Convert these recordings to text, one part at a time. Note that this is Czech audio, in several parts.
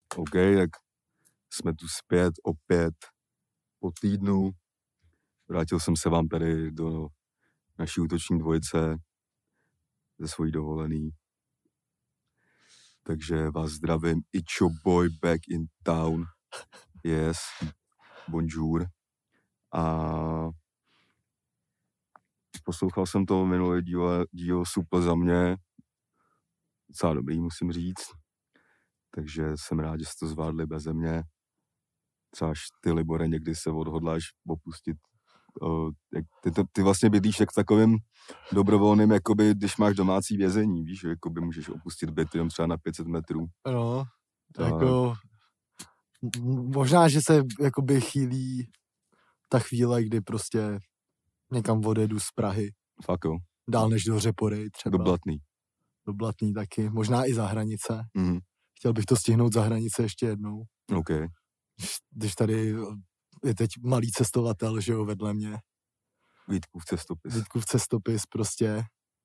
OK, tak jsme tu zpět opět po týdnu. Vrátil jsem se vám tady do naší útoční dvojice ze svojí dovolený. Takže vás zdravím. It's your boy back in town. Yes. Bonjour. A poslouchal jsem to minulý díl super za mě. Docela dobrý, musím říct. Takže jsem rád, že jste to zvládli beze mě. Třeba ty, Libore, někdy se odhodláš opustit. Ty vlastně bydlíš jak v takovém dobrovolném, jakoby, když máš domácí vězení, víš, jakoby můžeš opustit byt jenom třeba na 500 metrů. No, jako možná, že se jakoby chýlí ta chvíle, kdy prostě někam odjedu z Prahy. Fakt jo. Dál než do Řepory třeba. Do Blatný taky, možná i za hranice. Mhm. Chtěl bych to stihnout za hranice ještě jednou. OK. Když tady je teď malý cestovatel, že jo, vedle mě. Vítkův cestopis prostě.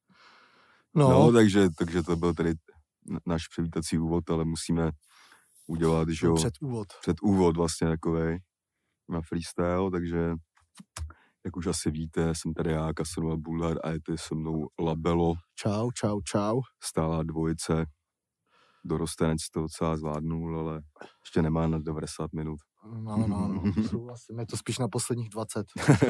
No, takže to byl tady náš přivítací úvod, ale musíme udělat, že jo. Předúvod vlastně takovej na freestyle, takže jak už asi víte, jsem tady já, Casanova Bulhar, a je tady se mnou Labelo. Čau. Stálá dvojice. Dorostenec to docela zvládnul, ale ještě nemá na 90 minut. No, souhlasím, je to spíš na posledních 20.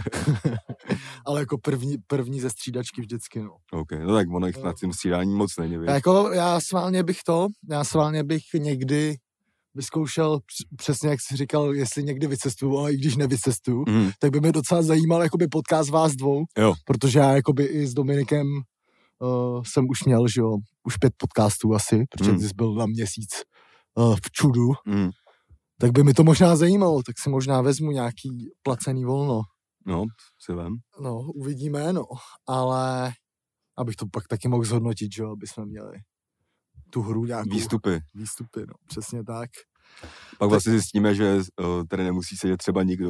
Ale jako první ze střídačky vždycky, no. OK, no tak ono jich na tím střídání moc není, víš? Jako já sválně bych někdy vyzkoušel, přesně jak jsi říkal, jestli někdy vycestuju, ale i když nevycestuju, tak by mě docela zajímal jakoby podcast vás dvou, jo. Protože já jakoby i s Dominikem jsem už měl, že jo, už 5 podcastů asi, protože jsi byl na měsíc v čudu, tak by mi to možná zajímalo, tak si možná vezmu nějaký placený volno. No, si vem. No, uvidíme, no, ale abych to pak taky mohl zhodnotit, že jo, aby jsme měli tu hru nějakou. Výstupy, no, přesně tak. Pak vlastně zjistíme, že tady nemusí sedět třeba nikdo.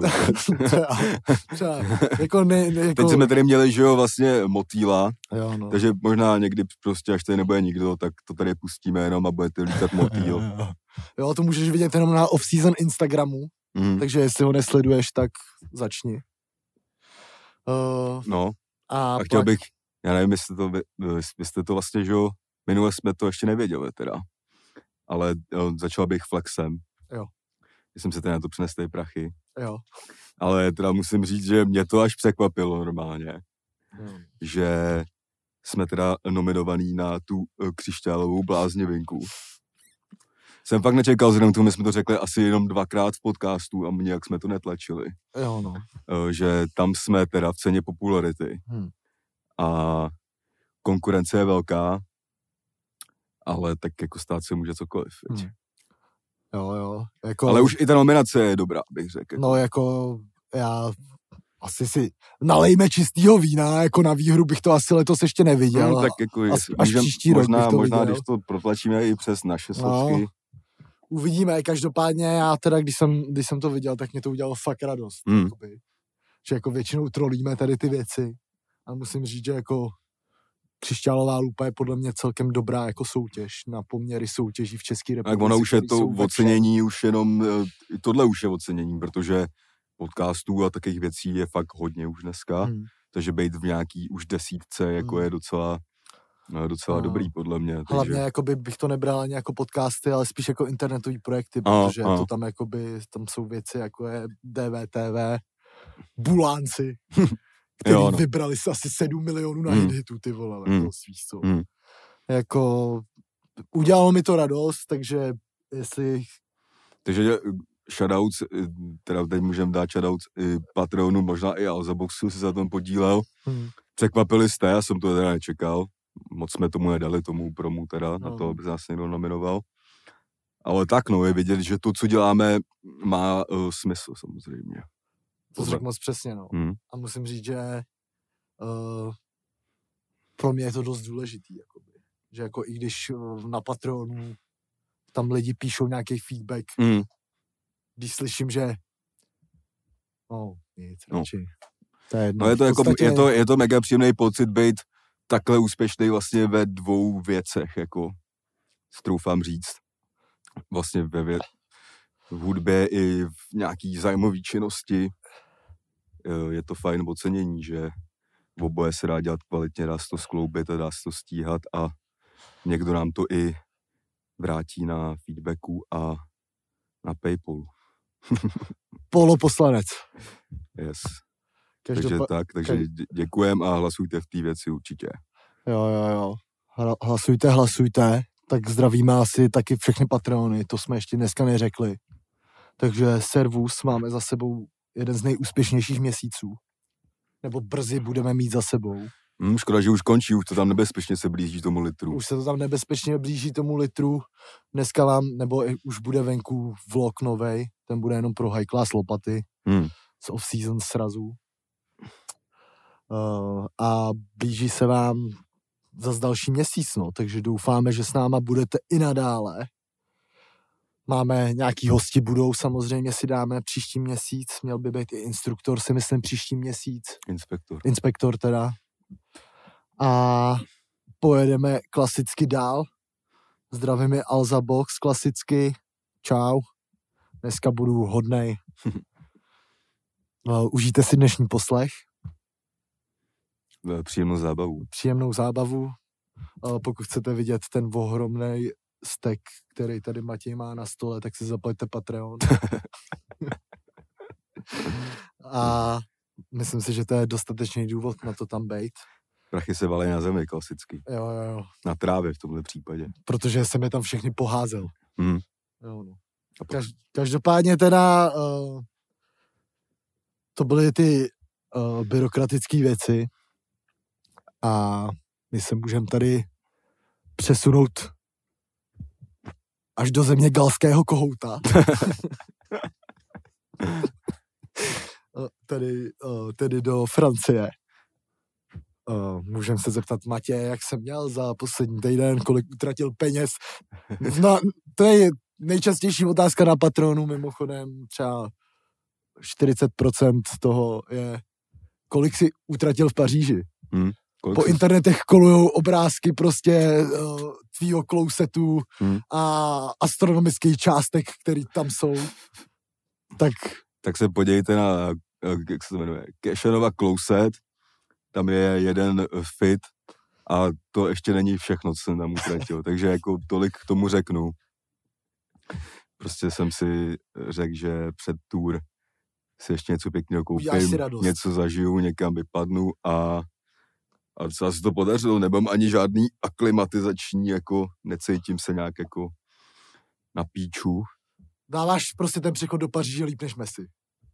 třeba. Jako Teď jsme tady měli, že jo, vlastně motýla, jo, no. Takže možná někdy prostě, až tady nebude nikdo, tak to tady pustíme jenom a budete lítat motýl. Jo, to můžeš vidět jenom na off-season Instagramu, takže jestli ho nesleduješ, tak začni. No, a chtěl bych, já nevím, jestli jste to vlastně, že jo, minule jsme to ještě nevěděli teda, ale začal bych flexem. Jo. Jsem se tady na to přinesl prachy. Jo. Ale teda musím říct, že mě to až překvapilo normálně, že jsme teda nominovaní na tu křišťálovou bláznivinku. Jsem fakt nečekal, vzhledem k tomu, my jsme to řekli asi jenom 2krát v podcastu a nějak jsme to netlačili. Jo, no. Že tam jsme teda v ceně popularity. A konkurence je velká, ale tak jako stát se může cokoliv. Jo. Jako... Ale už i ta nominace je dobrá, bych řekl. No jako já asi si nalejme čistýho vína, jako na výhru bych to asi letos ještě neviděl. Tak jako až příští rok bych to možná, viděl. Když to protlačíme i přes naše složky. No, uvidíme, každopádně já teda, když jsem to viděl, tak mě to udělalo fakt radost. Jakoby. Že jako většinou trolíme tady ty věci a musím říct, že jako Křišťálová lupa je podle mě celkem dobrá jako soutěž na poměry soutěží v České republice. Tak ono už je to ocenění, už jenom, tohle už je ocenění, protože podcastů a takových věcí je fakt hodně už dneska, takže být v nějaký už desítce jako je docela dobrý podle mě. Takže... Hlavně jakoby bych to nebral ani jako podcasty, ale spíš jako internetový projekty, protože to tam jakoby, tam jsou věci jako je DVTV, Bulánci, který vybrali se asi 7 milionů na hitu, ty vole, jako svíc, jako udělalo mi to radost, takže jestli... Takže shoutouts, teda teď můžeme dát shoutouts i Patronu, možná i Alzaboxu se za tom podílel. Překvapili jste, já jsem to teda nečekal. Moc jsme tomu nedali, tomu promu teda, na to, aby se nás někdo nominoval. Ale tak, no, je vidět, že to, co děláme, má smysl, samozřejmě. To řekl moc přesně, no. A musím říct, že pro mě je to dost důležitý, jakoby. Že jako i když na Patronu tam lidi píšou nějaký feedback, když slyším, že nic, radši. To je jedno. No je to, jako, je to mega příjemný pocit být takhle úspěšný vlastně ve 2 věcech, jako troufám říct. vlastně v hudbě i v nějaký zájmový činnosti je to fajn ocenění, že oboje se dá dělat kvalitně, dá se to skloubit a dá se to stíhat a někdo nám to i vrátí na feedbacku a na PayPal. Poloposlanec. Yes. Takže děkujem a hlasujte v té věci určitě. Jo. Hlasujte. Tak zdravíme asi taky všechny Patreony, to jsme ještě dneska neřekli. Takže servus, máme za sebou jeden z nejúspěšnějších měsíců. Nebo brzy budeme mít za sebou. Škoda, že už končí, už to tam nebezpečně se blíží tomu litru. Už se to tam nebezpečně blíží tomu litru. Dneska už bude venku vlog novej, ten bude jenom pro high class lopaty z off-season srazů. A blíží se vám zas další měsíc, no, takže doufáme, že s náma budete i nadále. Máme nějaký hosti, samozřejmě si dáme příští měsíc, měl by být i instruktor, si myslím, příští měsíc. Inspektor teda. A pojedeme klasicky dál. Zdravíme Alza Box klasicky. Čau. Dneska budu hodnej. Užijte si dnešní poslech. Příjemnou zábavu. Pokud chcete vidět ten ohromnej stek, který tady Matěj má na stole, tak si zaplaťte Patreon. A myslím si, že to je dostatečný důvod na to tam bejt. Prachy se valí na zemi klasicky. Jo. Na trávě v tomhle případě. Protože jsem je tam všechny poházel. Jo, no. Každopádně teda to byly ty byrokratické věci a my se můžeme tady přesunout až do země galského kohouta. tedy do Francie. Můžeme se zeptat Matěje, jak jsem měl za poslední týden, kolik utratil peněz. To je nejčastější otázka na Patronu, mimochodem třeba 40% toho je, kolik si utratil v Paříži. Po internetech kolujou obrázky prostě tvýho closetu a astronomických částek, který tam jsou. Tak se podívejte na, jak se to jmenuje, Cashanova closet, tam je jeden fit a to ještě není všechno, co jsem tam utratil, takže jako tolik k tomu řeknu. Prostě jsem si řekl, že před tour si ještě něco pěkného koupím, něco zažiju, někam vypadnu a co se to podařilo, nemám ani žádný aklimatizační, jako necítím se nějak jako na píču. Dáváš prostě ten přechod do Paříže líp než Messi.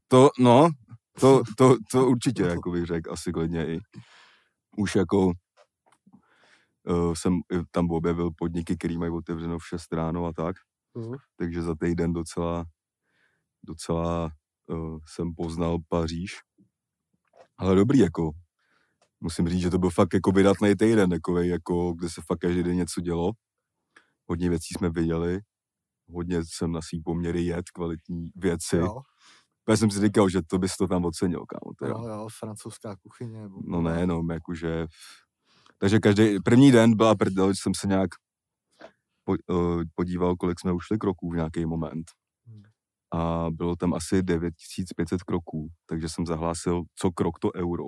To určitě, jako bych řekl, asi klidně i. Už jako jsem tam objevil podniky, který mají otevřeno v 6 ráno a tak. Takže za týden docela jsem poznal Paříž. Ale dobrý, jako musím říct, že to byl fakt jako vydatný týden, jako, kde se fakt každý den něco dělo. Hodně věcí jsme viděli, hodně jsem na svý poměry jet, kvalitní věci. Jo. Já jsem si říkal, že to bys to tam ocenil, kámo. Jo, francouzská kuchyně. No nejenom, jakože. Takže první den byla prdel, že jsem se nějak podíval, kolik jsme ušli kroků v nějaký moment. A bylo tam asi 9500 kroků, takže jsem zahlásil, co krok to euro.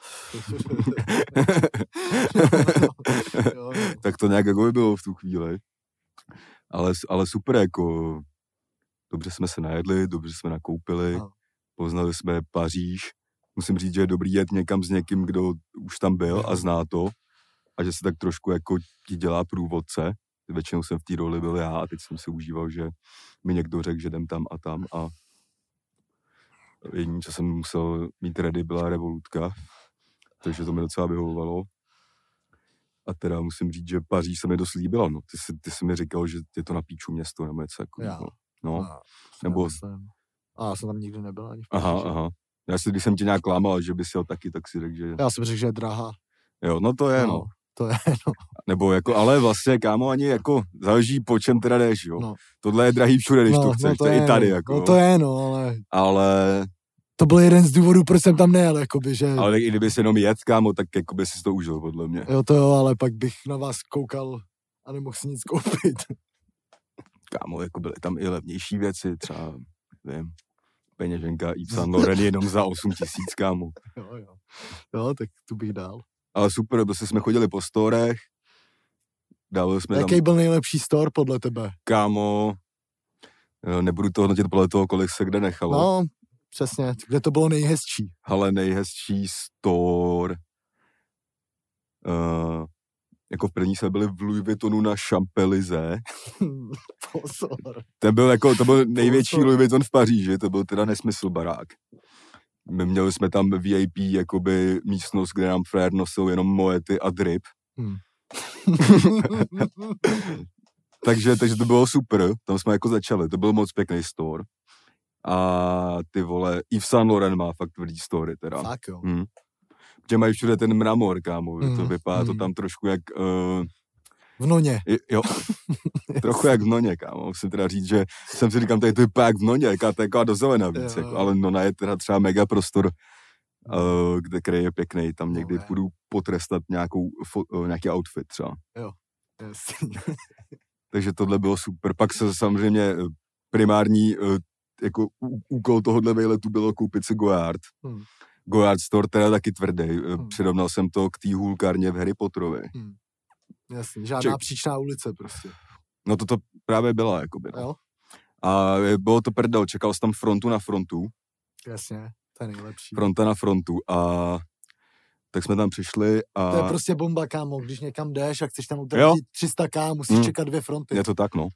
Tak to nějak jako by bylo v tu chvíli. Ale super, jako dobře jsme se najedli, dobře jsme nakoupili, poznali jsme Paříž. Musím říct, že je dobrý jet někam s někým, kdo už tam byl a zná to a že se tak trošku jako ti dělá průvodce. Většinou jsem v té roli byl já a teď jsem si užíval, že mi někdo řekl, že jdem tam a jediné, co jsem musel mít ready, byla revolutka, takže to mi docela vyhovovalo. A teda musím říct, že Paříž se mi dost líbila, no. Ty jsi mi říkal, že je to na píču město, nebo něco jako. No. Nebo... A já jsem tam nikdy nebyl ani v Paříži. Aha. Když jsem tě nějak lámal, že bys jel taky, tak si řekl, že... Já jsem řekl, že je drahá. Jo, no to je, no. To je, no. Nebo jako, ale vlastně, kámo, ani jako záleží, po čem teda jdeš, jo. No. Tohle je drahý všude, když to chceš, to je i tady, jako. No to je, no, ale... To byl jeden z důvodů, proč jsem tam nejel, jakoby, že... Ale i kdyby si jenom jet, kámo, tak jakoby si to užil, podle mě. Jo, to jo, ale pak bych na vás koukal a nemohl si nic koupit. kámo, jako byly tam i levnější věci, třeba, nevím, peněženka Yves Saint Laurent jenom za 8 000, kámo. Jo, tak tu bych dal. Ale super, protože jsme chodili po storech, dávali jsme Jaký tam... byl nejlepší store podle tebe? Kámo, nebudu to hodnotit podle toho, kolik se kde nechalo. No, přesně, kde to bylo nejhezčí? Ale nejhezčí store... jako v první jsme byli v Louis Vuittonu na Champs-Élysées. Pozor. To byl největší Louis Vuitton v Paříži, to byl teda nesmysl barák. Měli jsme tam VIP jakoby místnost, kde nám frér nosil jenom moety a drip. takže to bylo super, tam jsme jako začali, to byl moc pěkný store. A ty vole, Yves Saint Laurent má fakt tvrdý story teda. Fakt jo. Protože mají všude ten mramor, kámo, to vypadá to tam trošku jak... v Noně. Jo, trochu jak v Noně, kámo. Musím teda říct, že jsem si říkám, tady to vypadá jak v Noně, jaká to je jako do zelena víc, jako, ale Nona je teda třeba mega prostor, který je pěkný, tam někdy půjdu potrestat nějaký outfit třeba. Jo, jasný. Takže tohle bylo super. Pak se samozřejmě primární jako úkol tohohle vejletu bylo koupit si Goyard. Goyard Store teda taky tvrdý. Přirovnal jsem to k té hůlkárně v Harry Potterovi. Jasně, žádná příčná ulice prostě. No to právě byla, jakoby. Jo? A bylo to prdel, čekal jsem tam frontu na frontu. Jasně, to je nejlepší. Fronta na frontu a tak jsme tam přišli a... To je prostě bomba, kámo, když někam jdeš a chceš tam utratit 300k, musíš čekat 2 fronty. Je to tak, no.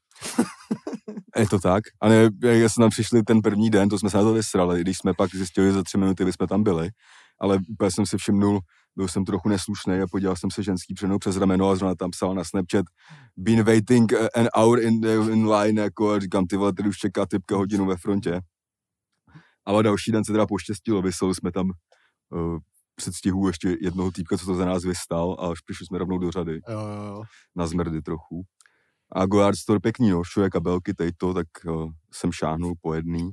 Je to tak. A ne, jak jsme tam přišli ten první den, to jsme se na to vysrali, když jsme pak zjistili, že za 3 minuty jsme tam byli, ale úplně jsem si všimnul, byl jsem trochu neslušný a podíval jsem se ženský přenou přes rameno a zrovna tam psal na Snapchat been waiting an hour in line, jako a říkám, ty vole, tady už čeká typka hodinu ve frontě. Ale další den se teda poštěstilo, vyslali jsme tam předstihu ještě jednoho týpka, co to za nás vystál a až přišli jsme rovnou do řady. Jo. Na zmrdy trochu. A Goyard Store pěkný, no, všude kabelky, tejto, tak jsem šáhnul po jedný.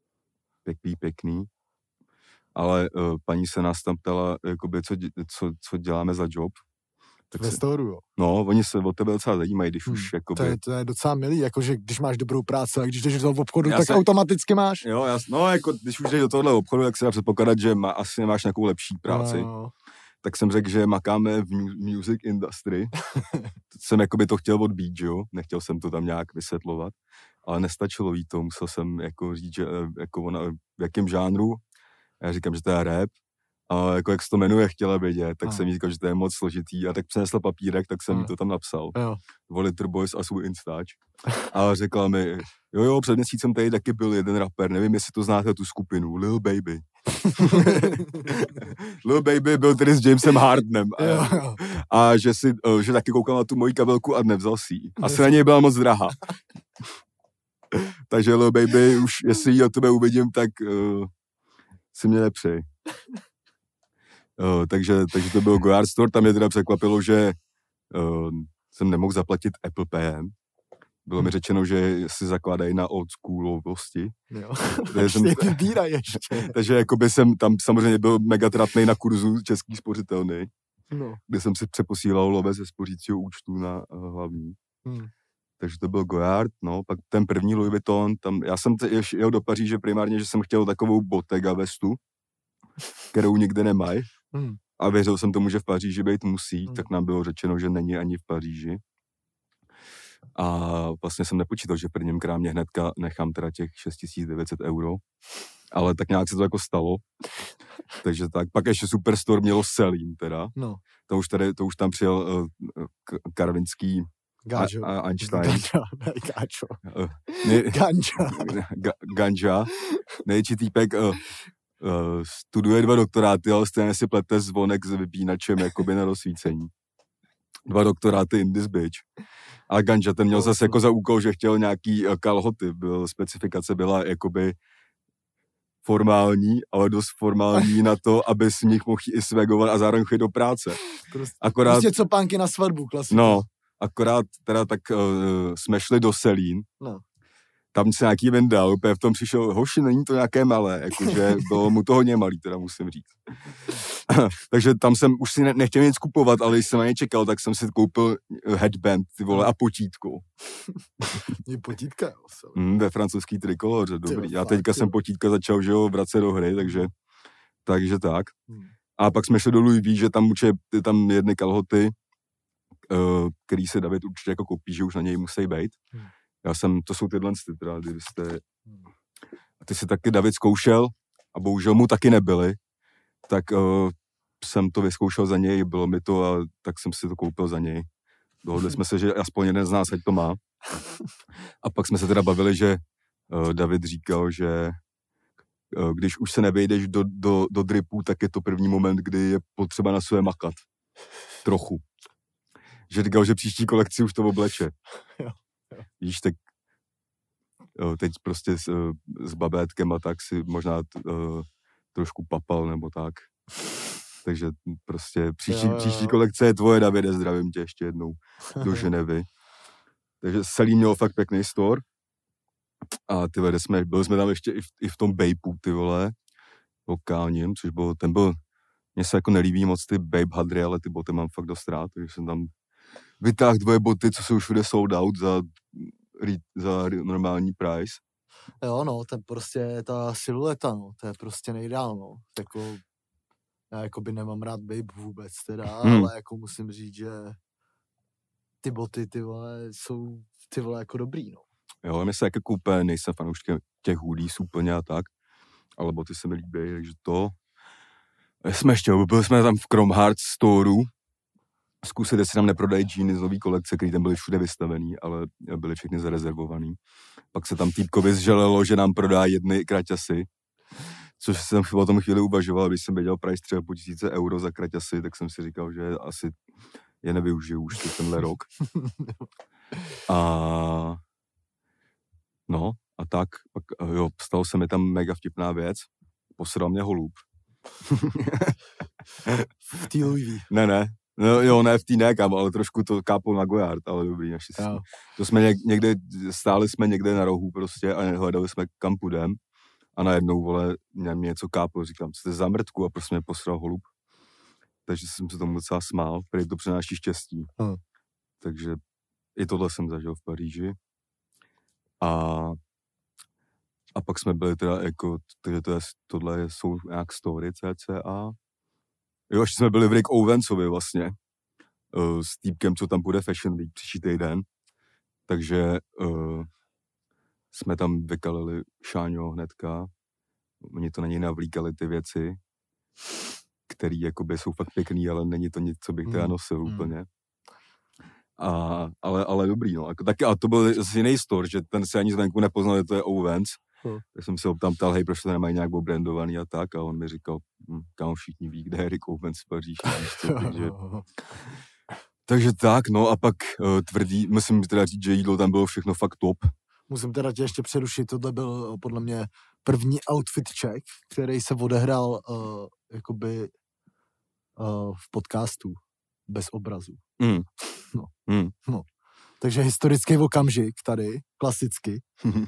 Pěkný. Ale paní se nás tam ptala, jakoby, co děláme za job. Ve storu, jo. No, oni se o tebe docela zajímají, když už jakoby... To je docela milý, jakože když máš dobrou práci a když jdeš do obchodu, tak automaticky máš. Jo, no, jako když už jdeš do tohohle obchodu, tak se dá předpokládat, že asi nemáš nějakou lepší práci. No. Tak jsem řekl, že makáme v music industry. Jsem jakoby to chtěl odbít, jo, nechtěl jsem to tam nějak vysvětlovat, ale nestačilo jí to, musel jsem jako říct, že jako ona, v jakém žánru. Já říkám, že to je rap. A jako jak se to jmenuje, chtěla vědět, tak jsem jí říkal, že to je moc složitý. A tak přinesla papírek, tak jsem jí to tam napsal. Volitor Boys a svůj Instač. A řekla mi, jo, před měsícem tady taky byl jeden rapper, nevím, jestli to znáte tu skupinu, Lil Baby. Lil Baby byl tedy s Jamesem Hardenem. A že taky koukal na tu moji kabelku a nevzal si ji. Asi na něj byla moc drahá. Takže Lil Baby, už jestli ji od tebe uvidím, tak si mě nepřej. Takže to byl Goyard Store, tam mě teda překvapilo, že jsem nemohl zaplatit Apple Payem. Bylo mi řečeno, že si zakládají na old schoolovosti. Jo, vybírá ještě. Takže jakoby jsem tam samozřejmě byl mega tratnej na kurzu Český spořitelny, kde jsem si přeposílal love ze spořícího účtu na hlavní. Takže to byl Goyard, no, pak ten první Louis Vuitton, tam, já jsem jel do Paříže primárně, že jsem chtěl takovou Bottega vestu, kterou nikde nemají. A věřil jsem tomu, že v Paříži být musí, tak nám bylo řečeno, že není ani v Paříži. A vlastně jsem nepočítal, že v prvním krámě hnedka nechám teda těch 6900 €, ale tak nějak se to jako stalo. Takže tak, pak ještě Superstore mělo Celine teda. No. To už tam přijel Karvinský a Einstein. Ganja. Největší týpek studuje 2 doktoráty, ale stejně si plete zvonek s vypínačem jakoby na rozsvícení. 2 doktoráty in this bitch. A Ganja ten měl zase jako za úkol, že chtěl nějaký kalhoty. Specifikace byla jakoby formální, ale dost formální na to, aby si nich mohl i swagovat a zároveň chodit do práce. Prostě copánky na svatbu, klasika. No, akorát teda tak jsme šli do Celine. No. Tam se nějaký vendal, úplně v tom přišel, hoši, není to nějaké malé, jakože bylo mu to hodně malý, teda musím říct. Takže tam jsem už si nechtěl nic kupovat, ale když jsem na ně čekal, tak jsem si koupil headband, ty vole, a potítko. Je potítka, jo. Ve francouzský trikoloře, dobrý. Já teďka jsem potítka začal, že jo, vracet do hry, takže tak. A pak jsme šli do Louis V, že tam tam jedny kalhoty, který se David určitě jako koupí, že už na něj musí být. To jsou tyhle, teda, a ty si taky David zkoušel a bohužel mu taky nebyly, tak jsem to vyzkoušel za něj, bylo mi to a tak jsem si to koupil za něj. Dohodli jsme se, že aspoň jeden z nás ať to má. A pak jsme se teda bavili, že David říkal, že když už se nevejdeš do dripů, tak je to první moment, kdy je potřeba na sebe makat. Trochu. Že říkal, že příští kolekci už to obleče. Víš, tak teď prostě s babétkem a tak si možná trošku papal nebo tak. Takže prostě příští kolekce je tvoje, Davide, zdravím tě ještě jednou do Ženevy. Takže Salí měl fakt pěkný store. A ty vole, byli jsme tam ještě i v tom Bejpu, ty vole, lokálním, což mně se jako nelíbí moc ty Babe hadry, ale ty boty mám fakt dost rád, takže jsem tam vytáhl 2 boty, co jsou všude sold out za normální price. Jo, no, ten prostě, ta silueta, no, to je prostě nejdál, no. Jako, já jakoby nemám rád Babe vůbec teda, ale jako musím říct, že ty boty, ty vole, jsou ty vole jako dobrý, no. Jo, mi se jako koupé, nejsem fanouškem těch hoodies úplně a tak, ale boty se mi líbí, takže to. Byli jsme tam v Cromheart Storeu, zkusit, jestli tam neprodají džíny z nový kolekce, který tam byly všude vystavený, ale byly všechny zarezervovaný. Pak se tam týpkovi zželelo, že nám prodá jedny kraťasy, což jsem o tom chvíli uvažoval, když jsem věděl price třeba po 1000 euro za kraťasy, tak jsem si říkal, že asi je nevyužiju už tenhle rok. A tak, pak, jo, stalo se mi tam mega vtipná věc. Posral mě holub. V té Louis V. Ne. No jo, ne v té nekam, ale trošku to kápol na Gojard, ale dobrý, naštěstí. To jsme stáli jsme někde na rohu prostě a hledali jsme kam půjdem a najednou, vole, mě něco káplo, říkám, co to je za mrtku a prostě mě posral holub. Takže jsem se tomu docela smál, protože to přináší štěstí. Takže i tohle jsem zažil v Paříži. A pak jsme byli teda jako, tohle jsou nějak story cca. Jo, ještě jsme byli v Rick Owensovi vlastně, s týpkem, co tam bude Fashion Week příští týden. Takže jsme tam vykalili Šáňo hnedka. Oni to na něj navlíkali ty věci, které jakoby jsou fakt pěkný, ale není to nic, co bych teda nosil úplně. Ale dobrý, no. A to byl zase jiný store, že ten se ani zvenku nepoznal, že to je Owens. Já jsem se ho tam ptal, hej, proč to nemají nějak obrandovaný a tak, a on mi říkal, kámo, všichni ví, kde je Rick Owens v Paříži. Takže tak, no a pak tvrdí, musím teda říct, že jídlo tam bylo všechno fakt top. Musím teda tě ještě přerušit, tohle byl podle mě první outfit check, který se odehrál jakoby v podcastu bez obrazu. No. Takže historický okamžik tady, klasicky.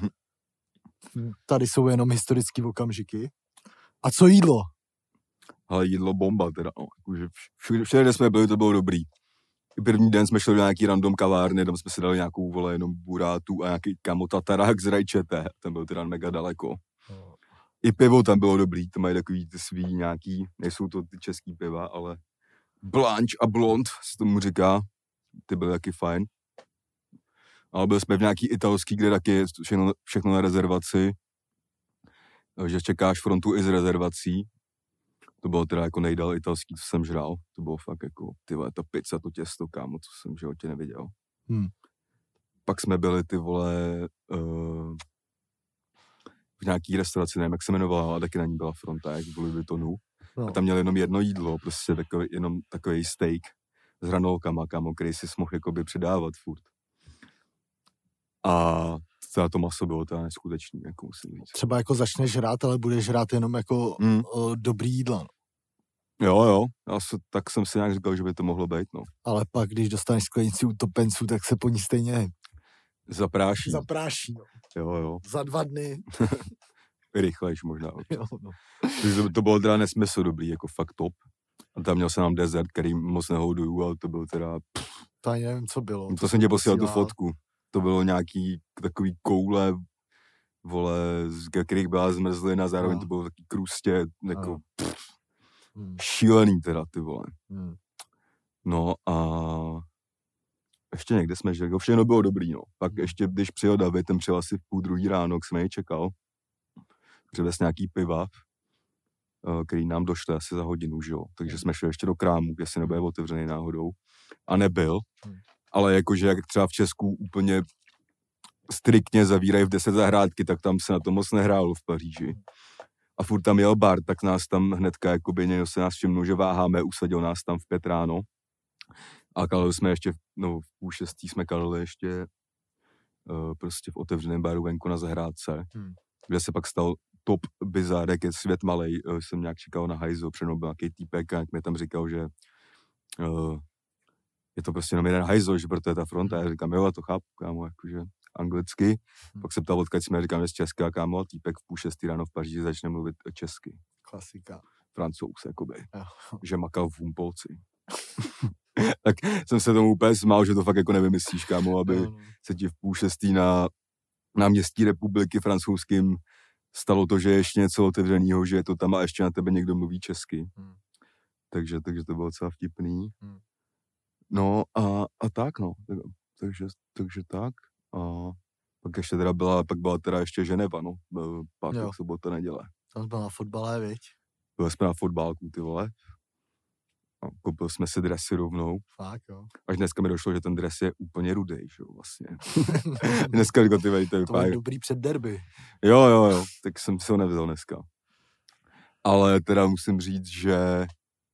Tady jsou jenom historický okamžiky. A co jídlo? Ale jídlo bomba teda, no. Všude, kde jsme byli, to bylo dobrý. I první den jsme šli do nějaký random kavárny, tam jsme si dali nějakou, vole, jenom burátu a nějaký tatarák z rajčete. Ten byl teda mega daleko. I pivo tam bylo dobrý, to mají takový ty svý nějaký, nejsou to ty český piva, ale Blanche a Blond se tomu říká. Ty byly taky fajn. Ale byli jsme v nějaký italský, kde taky je všechno na rezervaci. Že čekáš frontu i z rezervací. To bylo teda jako nejdál italský, co jsem žral. To bylo fakt jako, ty vole, ta pizza, to těsto, kámo, co jsem v životě neviděl. Pak jsme byli, ty vole, v nějaký restauraci, nevím, jak se jmenovala, ale taky na ní byla fronta, jak v Louis Vuittonu. A tam měl jenom jedno jídlo, prostě takový steak s hranolkama, kámo, který si mohl jakoby předávat furt. A to maso bylo teda neskutečný, jako musím říct. Třeba jako začneš žrát, ale budeš žrát jenom jako dobrý jídla. Jo, tak jsem si nějak říkal, že by to mohlo být, no. Ale pak, když dostaneš sklenici utopenců, tak se po ní stejně Zapráší, no. Jo. Za 2 dny. Rychlejš možná. Jo, no. To bylo teda nesmysl dobrý, jako fakt top. A tam měl jsem tam desert, který moc neholduju, ale to byl teda... To ani nevím, co bylo. To jsem tě posílal tu fotku. To bylo nějaký takový koule, vole, z kterých byla zmrzlina, zároveň to bylo taky krustě, jako šílený teda, ty vole. No a ještě někde jsme žili, všechno bylo dobrý, no. Pak ještě, když přijel David, ten přijel asi v 2:30 ráno, jak jsme jej čekal, přivez nějaký piva, který nám došly asi za hodinu, že jo. Takže jsme šli ještě do krámu, jestli nebude otevřený náhodou. A nebyl, ale jakože jak třeba v Česku úplně striktně zavírají v 10 zahrádky, tak tam se na to moc nehrálo v Paříži. A furt tam jel bar, tak nás tam hnedka, jakoby někdo se nás všimnul, že váháme, usadil nás tam v 5 ráno. A kalili jsme ještě, v 5:30 jsme kalili ještě prostě v otevřeném baru venku na zahrádce, kde se pak stal top bizár, jak je svět malej. Jsem nějak čekal na hajzo, přenou byl nějaký týpek a jak mi tam říkal, že je to prostě jenom jeden hajzo, že proto je ta fronta. Já říkám, jo, a to chápu, kámo, jakože anglicky. Pak se ptal, odkud jsme, říkám, že z Česka, kámo, a týpek v 5:30 ráno v Paříži začne mluvit česky. Klasika. Francouz, jakoby. Že makal v Humpolci. Tak jsem se tomu úplně smál, že to fakt jako nevymyslíš, kámo, aby se ti v 5:30 na městí republiky francouzským stalo to, že je ještě něco otevřenýho, že je to tam a ještě na tebe někdo mluví česky. Takže to bylo docela vtipný. No a tak, no. Takže tak. A pak ještě teda byla teda ještě Ženeva, no. Pátek, sobota, neděle. Tam byl na fotbale, viď? Byli jsme na fotbálku, ty vole. A koupil jsme si dresy rovnou. Fakt, jo. Až dneska mi došlo, že ten dres je úplně rudej, že jo, vlastně. Dneska jako ty vejte. To je dobrý před derby. Jo, tak jsem si ho nevzal dneska. Ale teda musím říct, že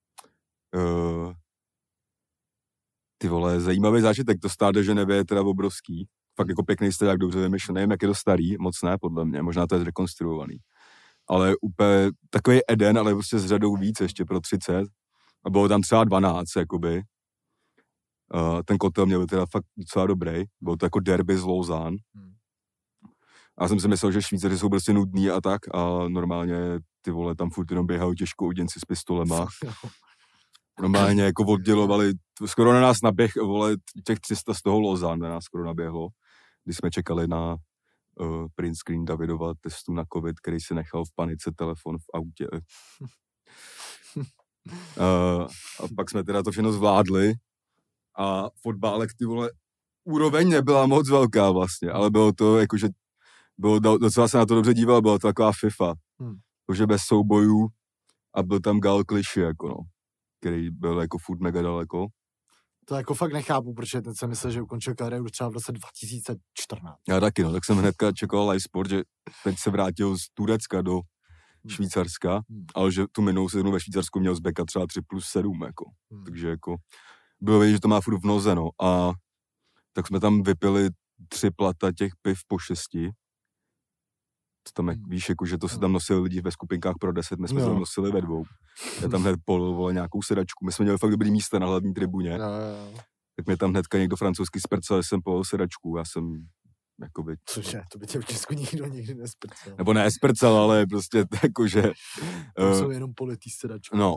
ty vole, zajímavý zážitek, to stát do Ženevy je teda obrovský. Fakt jako pěkný stát, jak dobře vymyšlený, nevím, jak je to starý, moc ne, podle mě, možná to je zrekonstruovaný. Ale úplně takový Eden, ale prostě s řadou víc ještě pro 30. A bylo tam třeba 12, jakoby. Ten kotel měl teda fakt docela dobrý. Bylo to jako derby z Lausanne. A já jsem si myslel, že Švýcaři jsou prostě nudný a tak. A normálně ty vole tam furt jenom běhají těžkouděnci s pistolema. Normálně jako oddělovali, skoro na nás naběh, vole, těch 300 z toho Lausanne na nás skoro naběhlo. Když jsme čekali na print screen Davidova testu na covid, který si nechal v panice telefon v autě. A pak jsme teda to všechno zvládli a fotbálek, ty vole, úroveň nebyla moc velká vlastně, ale bylo to jakože, docela se na to dobře díval, byla to taková FIFA, jakože bez soubojů a byl tam Gal Clichy, jako no, který byl jako furt mega daleko. To jako fakt nechápu, protože ten jsem myslel, že ukončil kariéru třeba v roce 2014. Já taky, no, tak jsem hnedka čekal live sport, že teď se vrátil z Turecka do Švýcarska, ale že tu minulou sezonu ve Švýcarsku měl z beka třeba 3+7, jako. Takže jako bylo vidět, že to má furt v noze, no. A tak jsme tam vypili 3 plata těch piv po 6. To tam, jak víš, jako, že to se tam nosili lidi ve skupinkách pro 10, my jsme se tam nosili ve 2. Já tam hned polil nějakou sedačku. My jsme měli fakt dobrý místa na hlavní tribuně. Tak mě tam hnedka někdo francouzský sprcal, jsem polil sedačku. Já jsem jakoby... Cože, to by tě v Česku nikdo nikdy nesprcal. Nebo ne sprcal, ale prostě jakože... To jsou jenom politý sedačky. No.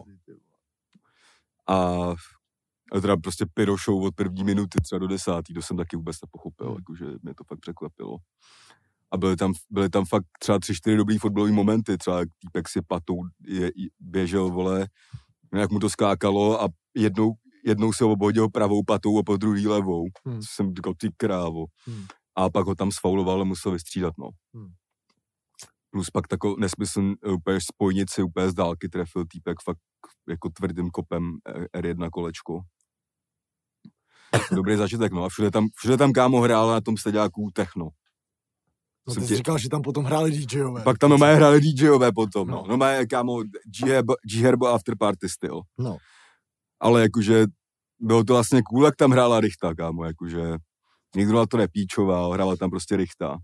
A teda prostě pyro show od první minuty třeba do 10. To jsem taky vůbec nepochopil, jakože mě to fakt překvapilo. A byly tam fakt třeba 3-4 dobrý fotbalový momenty, třeba týpek si patou běžel, vole, jak mu to skákalo a jednou se obhodil pravou patou a po druhý levou. Jsem říkal, ty krávo. A pak ho tam sfauloval a musel vystřídat, no. Plus pak takový nesmyslný úplně spojnici, úplně z dálky trefil týpek fakt jako tvrdým kopem R1 kolečko. Dobrý zážitek, no. A všude tam kámo hrál na tom stadiáku techno. No ty jsi říkal, že tam potom hráli DJové. Pak tam hráli DJové potom, no. No má kámo G-Herbo Afterparty styl. No. Ale jakože bylo to vlastně cool, jak tam hrála Richta, kámo, jakože nikdo na to nepíčoval, hrála tam prostě Richta.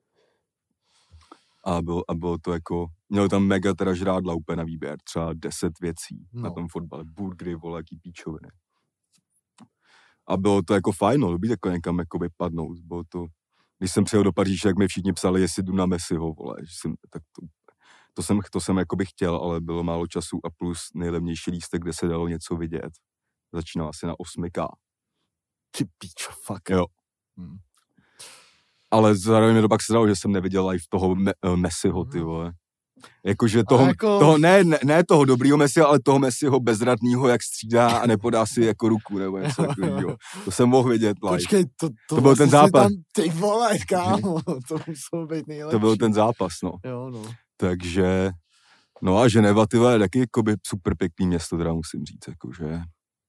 A bylo to jako, měli tam mega teda žrádla úplně na výběr, třeba 10 věcí na tom fotbale, burgery, vole, jaký píčoviny. A bylo to jako fajn, no, dobrý jako někam jako vypadnout, bylo to, když jsem přijel do Paříže, jak mi všichni psali, jestli jdu na Messiho, vole, tak To jsem jakoby chtěl, ale bylo málo času a plus nejlevnější lístek, kde se dalo něco vidět. Začínal asi na 8K. Ty píčo, fakt. Jo. Ale zároveň mi to pak se dalo, že jsem neviděl live toho Messiho, ty vole. Jakože ne toho dobrýho Messiho, ale toho Messiho bezradného, jak střídá a nepodá si jako ruku, nebo něco takového. To jsem mohl vidět live. Počkej, to byl ten zápas. Tam, ty vole, kámo, to muselo být nejlepší. To byl ten zápas, no. Jo, no. Takže, no a Ženeva, ty vole, taky jakoby super pěkný město, teda musím říct, jakože.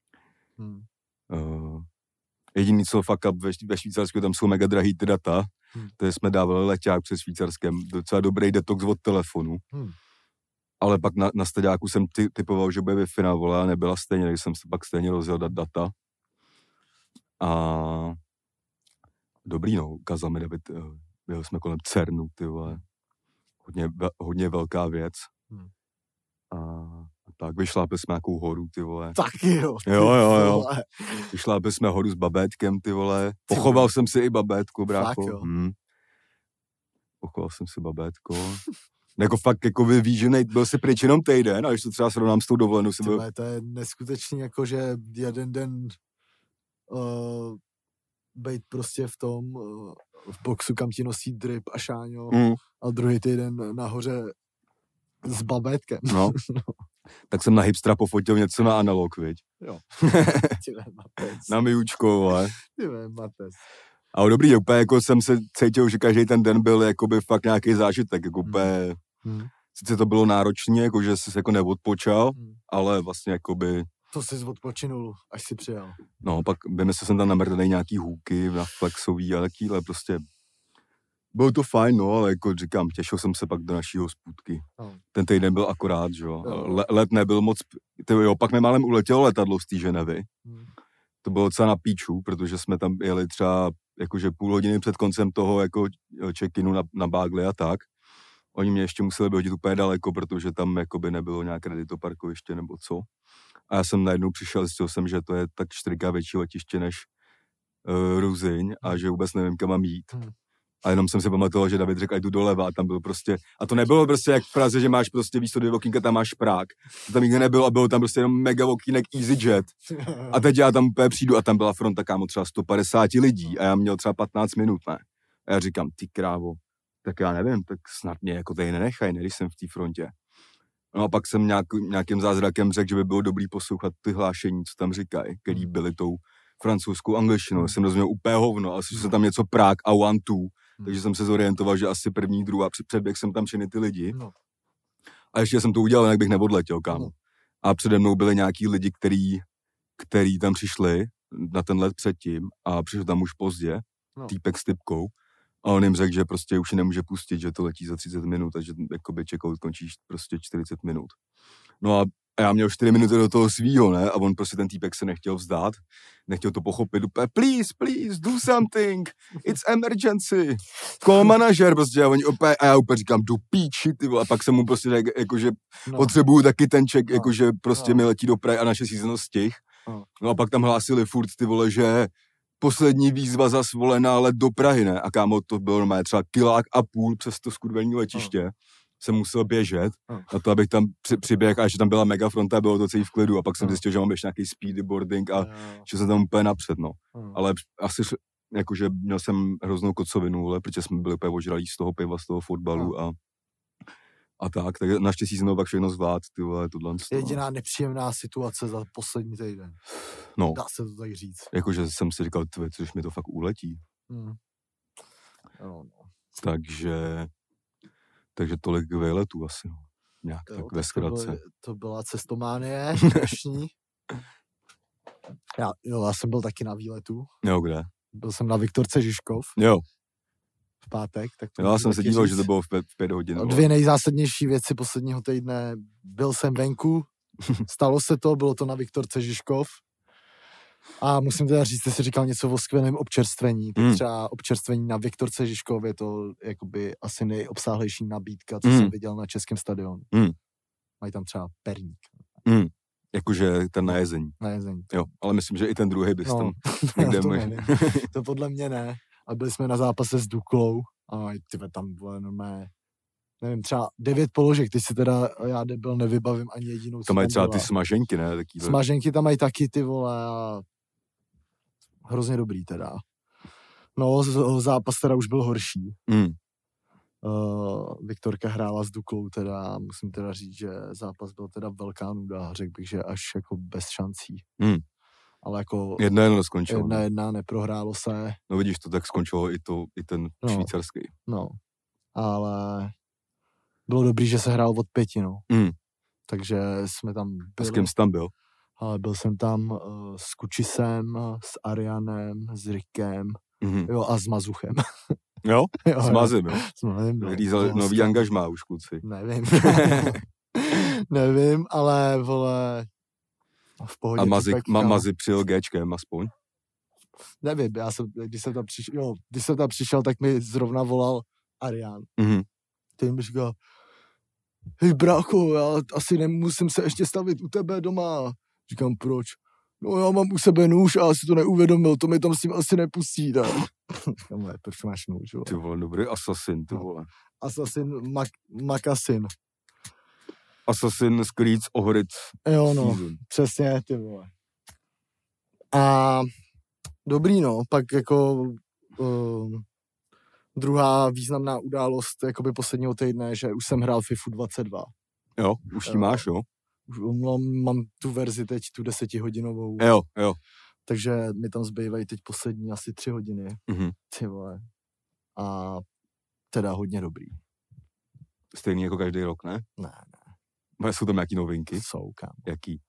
Jediný, co fuck up ve Švýcarsku, tam jsou mega drahý ty data, takže jsme dávali leťák přes Švýcarskem, docela dobrý detox od telefonu, ale pak na staďáku jsem typoval, že bude Wi-Fi na vole a nebyla stejně, takže jsem se pak stejně rozjel data. A dobrý, no, ukázal mi David, byli jsme kolem CERNu, ty vole, hodně velká věc. A tak vyšlápili jsme nějakou horu, ty vole. Taky jo. Jo. Vyšlápili jsme horu s babétkem, ty vole. Pochoval jsem si i babétku, brácho. Pochoval jsem si babétko. Jako fakt, jako víš, že byl si pryč jenom týden, a když to třeba srovnám s tou dovolenou. To je neskutečný, jako že jeden den bejt prostě v tom, v boxu, kam ti nosí drip a šáňo, a druhý týden nahoře s babétkem. No. Tak jsem na hipstra pofotil něco na analog, viď? Jo. Na mijučko, ale. A dobrý, úplně jako jsem se cítil, že každý ten den byl jakoby fakt nějaký zážitek, jako úplně, sice to bylo náročně, jako že jsi jako neodpočal, ale vlastně jakoby. To jsi odpočinul, až si přijel. No, pak vymyslel jsem tam namrdanej nějaký hůky na flexový a takýhle, prostě bylo to fajn, no, ale jako říkám, těšil jsem se pak do naší hospůdky. Ten týden byl akorát, že jo. Let nebyl moc, pak mi málem uletělo letadlo z té Ženevy. To bylo docela na píču, protože jsme tam jeli třeba jakože půl hodiny před koncem toho jako check-inu na Bágli a tak. Oni mě ještě museli vyhodit úplně daleko, protože tam jakoby nebylo nějak kredito parkoviště nebo co. A já jsem najednou přišel, zjistil jsem, že to je tak 4x větší letiště než Ruzyň a že vůbec nevím, kam mám jít. A jenom jsem si pamatoval, že David řekl, ať jdu doleva a tam byl prostě, a to nebylo prostě jak v Praze, že máš prostě místo 2 okýnka, tam máš Prák. To tam nikde nebylo a bylo tam prostě jenom mega okýnek EasyJet. A teď já tam úplně přijdu a tam byla fronta, kámo, třeba 150 lidí a já měl třeba 15 minut, ne. A já říkám, ty krávo, tak já nevím, tak snad mě jako tady nenechají, když jsem v té frontě. No a pak jsem nějakým zázrakem řekl, že by bylo dobrý poslouchat ty hlášení, co tam říkají, který byly tou francouzskou angličtinou. Jsem rozuměl úplně hovno, ale že tam něco Prák a one, two. Takže jsem se zorientoval, že asi první, druhá, předběh jsem tam všechny ty lidi. A ještě jsem to udělal, jinak bych neodletěl, kámo. A přede mnou byli nějaký lidi, který tam přišli na ten let předtím a přišel tam už pozdě, týpek s typkou. A on jim řekl, že prostě už nemůže pustit, že to letí za 30 minut a že jakoby checkout končíš prostě 40 minut. No a já měl 4 minuty do toho svýho, ne? A on prostě ten týpek se nechtěl vzdát, nechtěl to pochopit, úplně please, do something, it's emergency, call manager, prostě, a já úplně říkám, do píči, ty vole, a pak jsem mu prostě řekl, jakože potřebuju taky ten check, jakože prostě mi letí do Prahy a naše season stih. No a pak tam hlásili furt, ty vole, že poslední výzva za svolená let do Prahy, ne? A kámo, to bylo normálně třeba 1,5 kg přes to skurvený letiště. Jsem musel běžet na to, abych tam přiběhl a že tam byla mega fronta, bylo to celý v klidu a pak jsem zjistil, že mám ještě nějaký speedboarding a že jsem tam úplně napřed, no. Ale asi jakože měl jsem hroznou kocovinu, protože jsme byli úplně ožralí z toho piva, z toho fotbalu a tak naštěstí jsem to pak všechno zvlád, ty vole, tohle. Jediná nepříjemná situace za poslední týden. No. Dá se to tak říct. Jakože jsem si říkal, což mi to fakt uletí. Takže tolik k výletu asi, no. Nějak jo, tak ve zkratce. To byla cestománie dnešní. Já jsem byl taky na výletu. Jo, kde? Byl jsem na Viktorce Žižkov. Jo. V pátek. Tak já jsem se díval, že to bylo v 5 hodin. 2 nejzásadnější věci posledního týdne. Byl jsem venku, stalo se to, bylo to na Viktorce Žižkov. A musím teda říct, jsi říkal něco o skvělém občerstvení. Tak třeba občerstvení na Viktorce Žižkov je to jakoby asi nejobsáhlejší nabídka, co jsem viděl na českém stadionu. Mají tam třeba perník. Jakože ten na jezení. Na jezení. Jo, ale myslím, že i ten druhý bys tam někde to podle mě ne. A byli jsme na zápase s Duklou a tyve tam bylo normálně nevím, třeba 9 položek, teď si teda já debil nevybavím ani jedinou. Tam mají třeba ty smaženky, ne? Takýhle. Smaženky tam mají taky, ty vole, a hrozně dobrý teda. No, zápas teda už byl horší. Viktorka hrála s Duklou teda, musím teda říct, že zápas byl teda velká nuda, řekl bych, že až jako bez šancí. Ale jako 1-1 skončilo. 1-1, neprohrálo se. No vidíš, to tak skončilo i ten švýcarský. No, ale bylo dobrý, že se hrál od 5, no. Takže jsme tam byli. A s kým jsi tam byl? Ale byl jsem tam s Kučisem, s Arianem, s Rikem, jo, a s Mazuchem. Jo? S Mazem, jo? S Mazem, no. Vylízal nový angažmá už, kluci. Nevím. Nevím, ale vole, v pohodě. A Mazi přijel Gčkem aspoň? Nevím, když jsem tam přišel, tak mi zrovna volal Arián. Ten mi říkal, hej brácho, já asi nemusím se ještě stavit u tebe doma. Říkám, proč? No já mám u sebe nůž a asi to neuvědomil, to mi tam s tím asi nepustí, tak. Říkám, proč máš nůž, vole? Ty vole, dobrý asasin, ty vole. Asasin, makasin. Assassin, Creed, Ohrid. Jo, no, přesně, ty vole. A dobrý, no, pak jako druhá významná událost jakoby posledního týdne, že už jsem hrál FIFA 22. Jo, už ji máš, jo? Mám tu verzi teď, tu 10hodinovou. Jo. Takže mi tam zbývají teď poslední asi 3 hodiny. Ty vole. A teda hodně dobrý. Stejný jako každý rok, ne? Ne. Jsou tam nějaký novinky? Jsou, kámo. Jaký?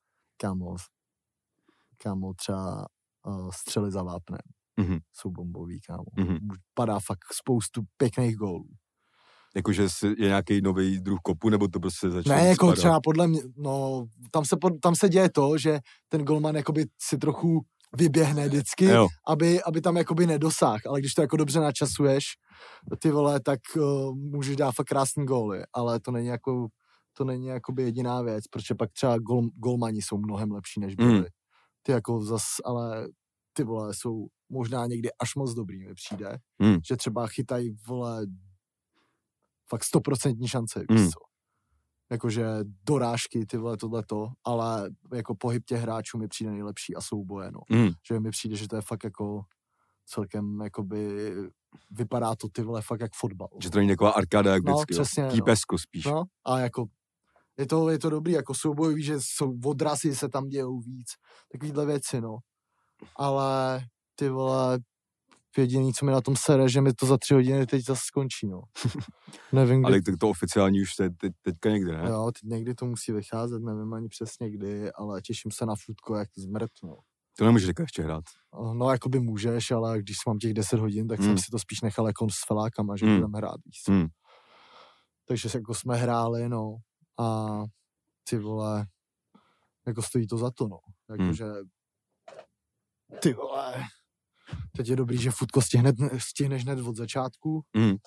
Kámo, třeba střely za vápnem. Jsou bombový, kámo. Padá fakt spoustu pěkných gólů. Jakože je nějaký nový druh kopu, nebo to prostě začne Ne, jako spadat? třeba podle mě, no, tam se děje to, že ten golman jakoby si trochu vyběhne vždycky, aby tam jakoby nedosáhl, ale když to jako dobře načasuješ, ty vole, tak můžeš dát fakt krásný góly, ale to není jakoby jediná věc, protože pak třeba golmani jsou mnohem lepší, než byli. Ty jako ale ty vole jsou možná někdy až moc dobrý, mi přijde, že třeba chytají, vole, fakt 100% šance, víš co. Jakože dorážky, ty vole, tohleto, ale jako pohyb těch hráčů mi přijde nejlepší a souboje, no. Že mi přijde, že to je fakt jako celkem, jakoby, vypadá to, ty vole, fakt jak fotbal. Že to není taková arkáda, jak vždycky, přesně, Típesko spíš. No, a jako je to dobrý, jako soubojový, že jsou odrazy, se tam dějou víc, takovýhle věci, no. Ale ty vole, jediný, co mi na tom sere, že mi to za 3 hodiny teď zase skončí, no. Nevím, kdy. Ale to oficiální už teďka někdy, ne? Jo, teď někdy to musí vycházet, nevím ani přesně kdy, ale těším se na futko, jak to zmrtnou. To nemůžeš teďka ještě hrát. No, jakoby můžeš, ale když mám těch 10 hodin, tak jsem si to spíš nechal jako s felákama, že budeme hrát, víc. Takže jako jsme hráli, no, a ty vole, jako stojí to za to, no. Jakože, ty vole, teď je dobrý, že futko stihneš hned od začátku.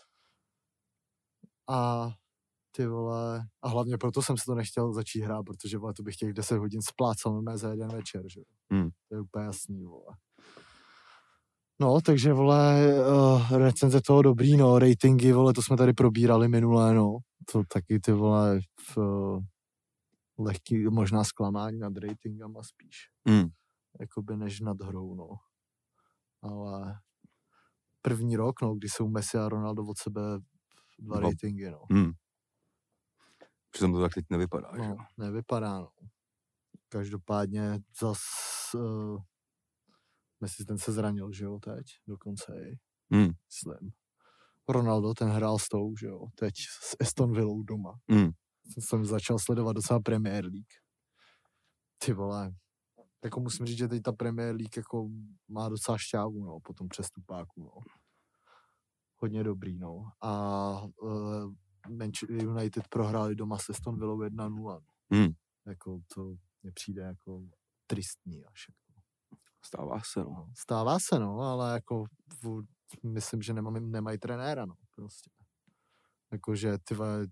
A ty vole, a hlavně proto jsem si to nechtěl začít hrát, protože vole, to bych těch 10 hodin splácal na za jeden večer, že? To je úplně jasný, vole. No, takže vole, recenze toho dobrý, no, ratingy, vole, to jsme tady probírali minulé, no. To taky ty vole, lehký, možná zklamání nad ratingama spíš. Jakoby než nad hrou, no. Ale první rok, no, kdy jsou Messi a Ronaldo od sebe 2 ratingy, no. Přitom to tak teď nevypadá, no, že? Nevypadá, no. Každopádně zas Messi ten se zranil, že jo, teď, dokonce i. Myslím. Ronaldo, ten hrál s tou, že jo, teď s Aston Villou doma. Jsem začal sledovat docela Premier League. Ty vole, jako musím říct, že teď ta Premier League jako má docela šťávu, no, po tom přestupáku, no. Hodně dobrý, no. A Manchester United prohráli doma s Aston Villou 1-0. Jako to mě přijde jako tristní až. Jako. Stává se, no. Stává se, no, ale jako myslím, že nemají trenéra, no, prostě. Jakože tyhle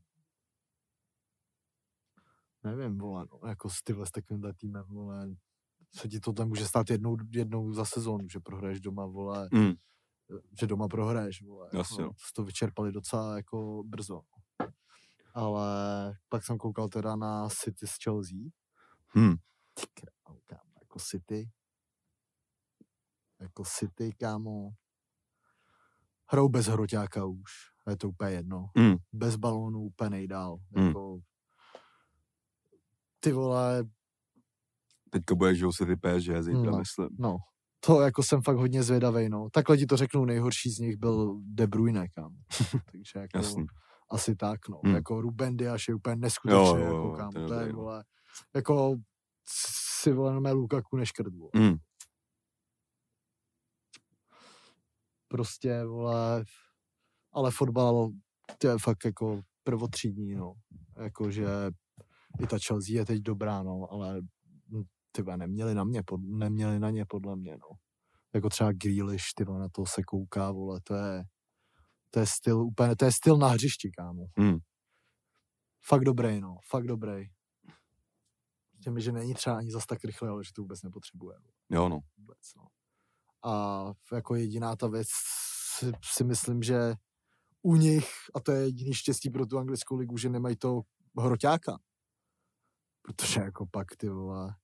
nevím, vole, no, jako s takovýmhle týmem, vole, se ti to tam může stát jednou za sezónu, že prohraješ doma, vole, že doma prohraješ, vole. Jasně. To vyčerpali docela jako brzo. ale pak jsem koukal teda na City s Chelsea. Ty krávo, kámo, jako City, kámo, hrou bez hroťáka už, je to úplně jedno. Bez balónů úplně nejdál, jako ty vole. Teďka bude, že City PSG zítra, myslím. No, to jako jsem fakt hodně zvědavej, no. Takhle ti to řeknu, nejhorší z nich byl De Bruyne, kámo. Takže jako Jasný. asi tak, no. Jako Ruben Dias je úplně neskutečný, jako kámo. To je, vole, jako si vole na Lukaku neškrt, vole. Prostě, vole, ale fotbal, to je fakt jako prvotřídní, no. Jakože i ta Chelsea je teď dobrá, no, ale tyba neměli na ně podle mě, no. Jako třeba Grealish, tyba na to se kouká, vole, to je styl úplně, to je styl na hřišti, kámo. Fakt dobrý, no, fakt dobrý. Těmi, že není třeba ani zas tak rychle, ale že to vůbec nepotřebuje. Jo, no. Vůbec, no. A jako jediná ta věc si myslím, že u nich, a to je jediný štěstí pro tu anglickou ligu, že nemají to hroťáka. Protože jako pak, ty vole,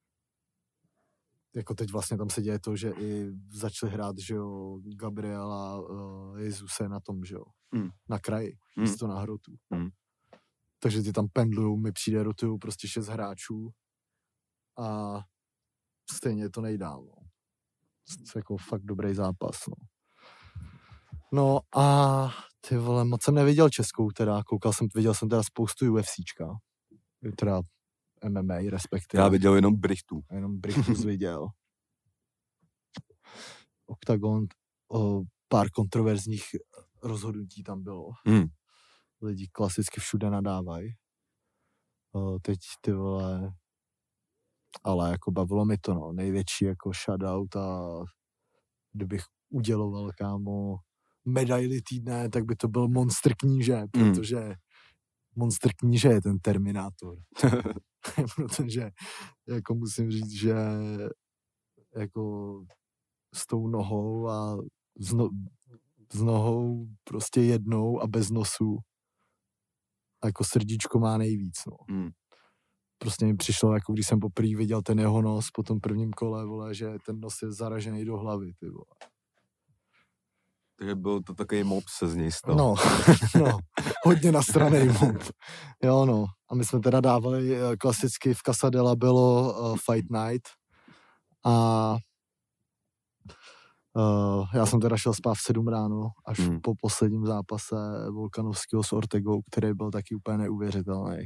jako teď vlastně tam se děje to, že i začali hrát, že jo, Gabriela Jesuse na tom, že jo, na kraji, místo na hrotu. Takže ty tam pendlujou, mi přijde, rotujou prostě 6 hráčů a stejně to nejdál, no. To je jako fakt dobrý zápas, no. No a ty vole, moc jsem neviděl českou teda, viděl jsem teda spoustu UFCčka, teda MMA respektive. Já viděl jenom Brichtů. Jenom Brichtus viděl. Octagon, pár kontroverzních rozhodnutí tam bylo. Lidi klasicky všude nadávají. Teď ty vole, ale jako bavilo mi to, no. Největší jako shoutout a kdybych uděloval, kámo, medaili týdne, tak by to byl Monster Kníže, protože Monster Kníže je ten Terminátor. Protože jako musím říct, že jako s tou nohou a s nohou prostě jednou a bez nosu a jako srdíčko má nejvíc, no. Prostě mi přišlo, jako když jsem poprvé viděl ten jeho nos po tom prvním kole, vole, že ten nos je zaražený do hlavy, ty vole. Takže byl to takový mob se z něj stal. No, hodně nasranej mob. Jo, no. A my jsme teda dávali klasicky v Casadela bylo Fight Night a já jsem teda šel spát v 7 ráno, až po posledním zápase Volkanovského s Ortegou, který byl taky úplně neuvěřitelný.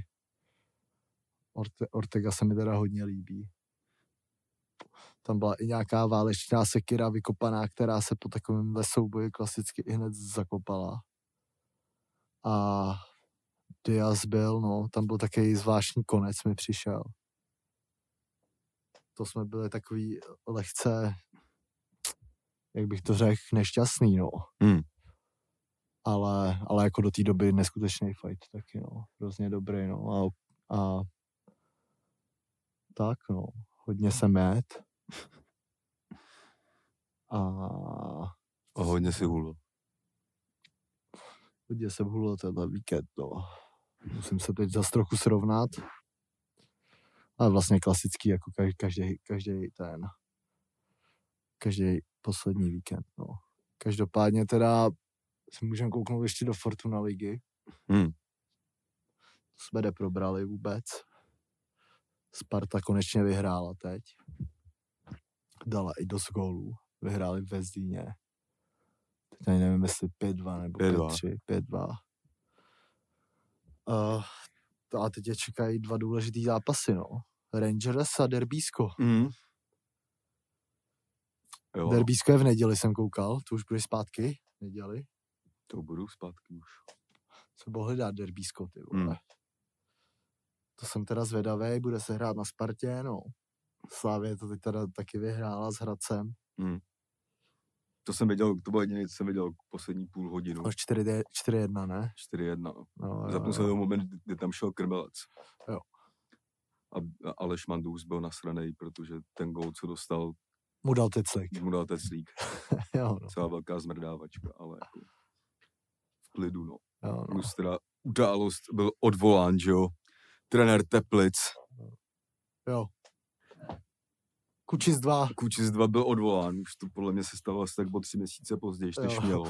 Ortega se mi teda hodně líbí. Tam byla i nějaká válečná sekira vykopaná, která se po takovémhle souboji klasicky i hned zakopala. A Diaz byl, no, tam byl takový zvláštní konec, mi přišel. To jsme byli takový lehce, jak bych to řekl, nešťastný, no. Ale jako do té doby neskutečný fight taky, no. Hrozně dobrý, no. A tak, no. Hodně jsem jet. A hodně si hulil. Hodně jsem hulil tenhle víkend, no. Musím se teď zase trochu srovnat. Ale vlastně klasický, jako každý poslední víkend, no. Každopádně teda si můžeme kouknout ještě do Fortuna ligy. To jsme neprobrali vůbec. Sparta konečně vyhrála teď. Dala i dost gólů. Vyhráli ve Zdíně. Teď ani nevím, jestli 5-2 nebo 5-3. 5-2. A teď je čekají 2 důležitý zápasy, no. Rangers a Derbísko. Derbísko je v neděli, jsem koukal. To už budeš zpátky? Neděli? To budu zpátky už. Co mohli dát Derbísko, ty vole. To jsem teda zvědavej, bude se hrát na Spartě, no. Slávě to teď teda taky vyhrála s Hradcem. To jsem viděl, to bylo jediné, co jsem viděl poslední půl hodinu. 4-1, ne? 4-1, no. Zapnul jsem ten moment, kdy tam šel Krmelec. Jo. A Aleš Mandous byl nasranej, protože ten gól, co dostal, mu dal teclík. Jo, no. Celá velká zmrdávačka, ale jako v klidu, no. Jo, no. Plus teda událost byl odvolán, že jo? Trenér Teplic. Jo. Kučic 2. Kučic 2 byl odvolán, už to podle mě se stalo asi tak o 3 měsíce později, než mělo.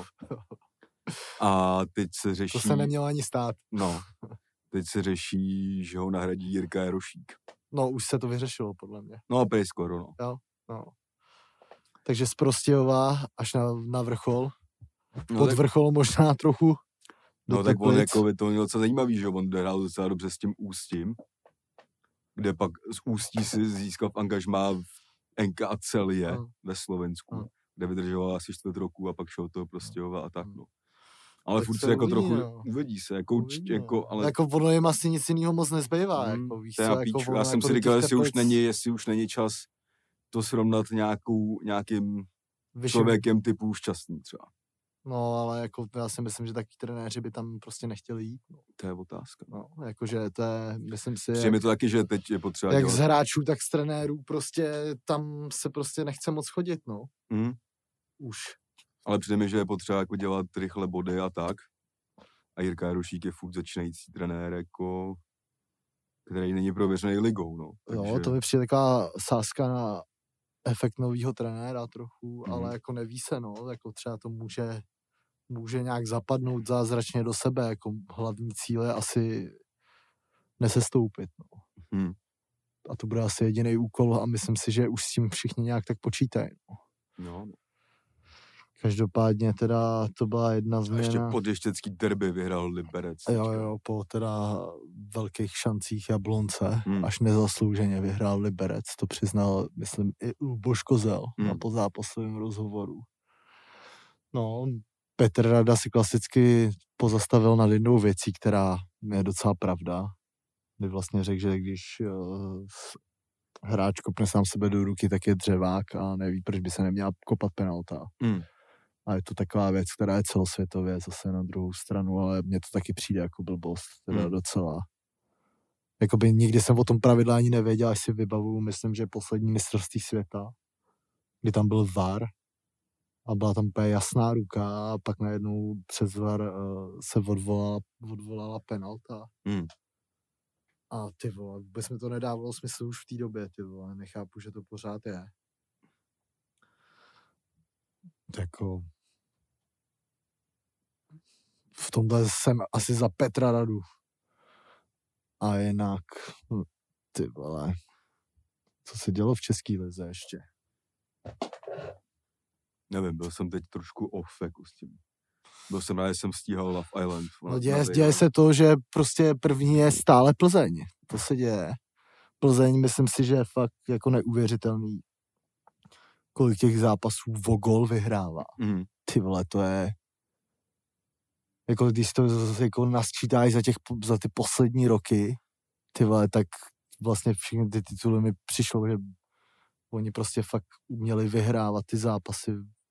A teď se řeší... To se nemělo ani stát. No, teď se řeší, že ho nahradí Jirka Jarošík. No, už se to vyřešilo, podle mě. No, prej skoro, no. Jo, no. Takže z Prostějova až na vrchol. No, pod vrchol možná trochu. No, tak on jako to měl docela zajímavý, že on hrál docela dobře s tím Ústím, kde pak z Ústí si získal angažmá v NK Celie ve Slovensku, kde vydržoval asi 4 roku a pak šel toho Prostějova a tak, no. Ale furt se jako uvidí, trochu uvidí se, jako určitě, jako, ale... Jako ono jim asi nic jiného moc nezbývá, jako víš co, jako já jsem si říkal, jestli už není čas to srovnat nějakým člověkem typu Šťastný třeba. No, ale jako já si myslím, že taky trenéři by tam prostě nechtěli jít. No. To je otázka. No, jakože to je, myslím si... Přijde mi to taky, že teď je potřeba jak z hráčů, tak z trenérů prostě tam se prostě nechce moc chodit, no. Už. Ale přijde mi, že je potřeba jako dělat rychle body a tak. A Jirka Jarošík je furt začínající trenér, jako, který není prověřený ligou, no. Takže... Jo, to mi přijde taková sázka na efekt novýho trenéra trochu, ale jako neví se, no. Jako třeba to může nějak zapadnout zázračně do sebe, jako hlavní cíle asi nesestoupit, no. A to bude asi jediný úkol a myslím si, že už s tím všichni nějak tak počítají, no. Každopádně teda to byla jedna změna. A ještě podještěcký derby vyhrál Liberec. Jo, po teda velkých šancích Jablonce, až nezaslouženě vyhrál Liberec. To přiznal, myslím, i Luboš Kozel na pozápasovém rozhovoru. No, Petr Rada si klasicky pozastavil nad jednou věcí, která je docela pravda. Kdy vlastně řekl, že když hráč kopne sám sebe do ruky, tak je dřevák a neví, proč by se neměla kopat penalta. A je to taková věc, která je celosvětově zase na druhou stranu, ale mně to taky přijde jako blbost, teda docela. Jakoby nikdy jsem o tom pravidle ani nevěděl, až si vybavuju, myslím, že poslední mistrovství světa, kdy tam byl VAR a byla tam úplně jasná ruka a pak najednou přes VAR se odvolala penalta. A ty vole, vůbec mi to nedávalo smysl už v té době, ty vole, nechápu, že to pořád je. Jako... V tomhle jsem asi za Petra Radu. A jinak, ty vole, co se dělo v český lize ještě? Nevím, byl jsem teď trošku off jako s tím. Byl jsem rád, že jsem stíhal Love Island. No děje se to, že prostě první je stále Plzeň. To se děje. Plzeň, myslím si, že je fakt jako neuvěřitelný, kolik těch zápasů o gol vyhrává. Ty vole, to je... Jako když to jako nasčítáš za ty poslední roky, ty vole, tak vlastně všechny ty tituly mi přišlo, že oni prostě fakt uměli vyhrávat ty zápasy,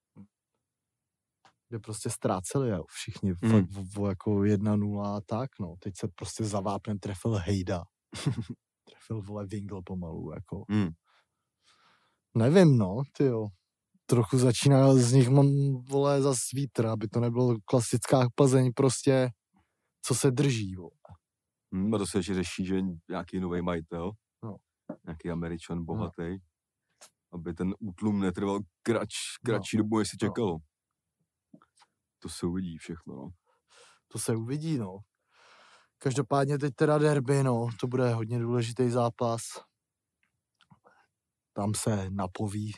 kde prostě ztráceli, jo, všichni fakt jako 1-0 a tak, no. Teď se prostě za vápnem trefil Hejda. Trefil, vole, Wingl pomalu, jako. Nevím, no, tyjo. Trochu začíná z nich, vole, zas vítr, aby to nebylo klasická Plzeň prostě, co se drží, vole. A to se ještě řeší, že nějaký nový majitel, nějaký Američan bohatý, aby ten útlum netrval kratší dobu, než se čekalo. To se uvidí všechno, no. To se uvidí, no. Každopádně teď teda derby, no, to bude hodně důležitý zápas. Tam se napoví.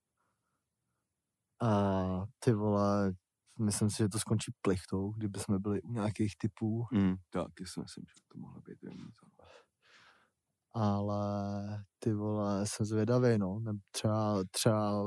A ty vole, myslím si, že to skončí plichtou, kdyby jsme byli u nějakých typů. Tak, já si myslím, že to mohlo být jen to. Ale ty vole, jsem zvědavý, no. Třeba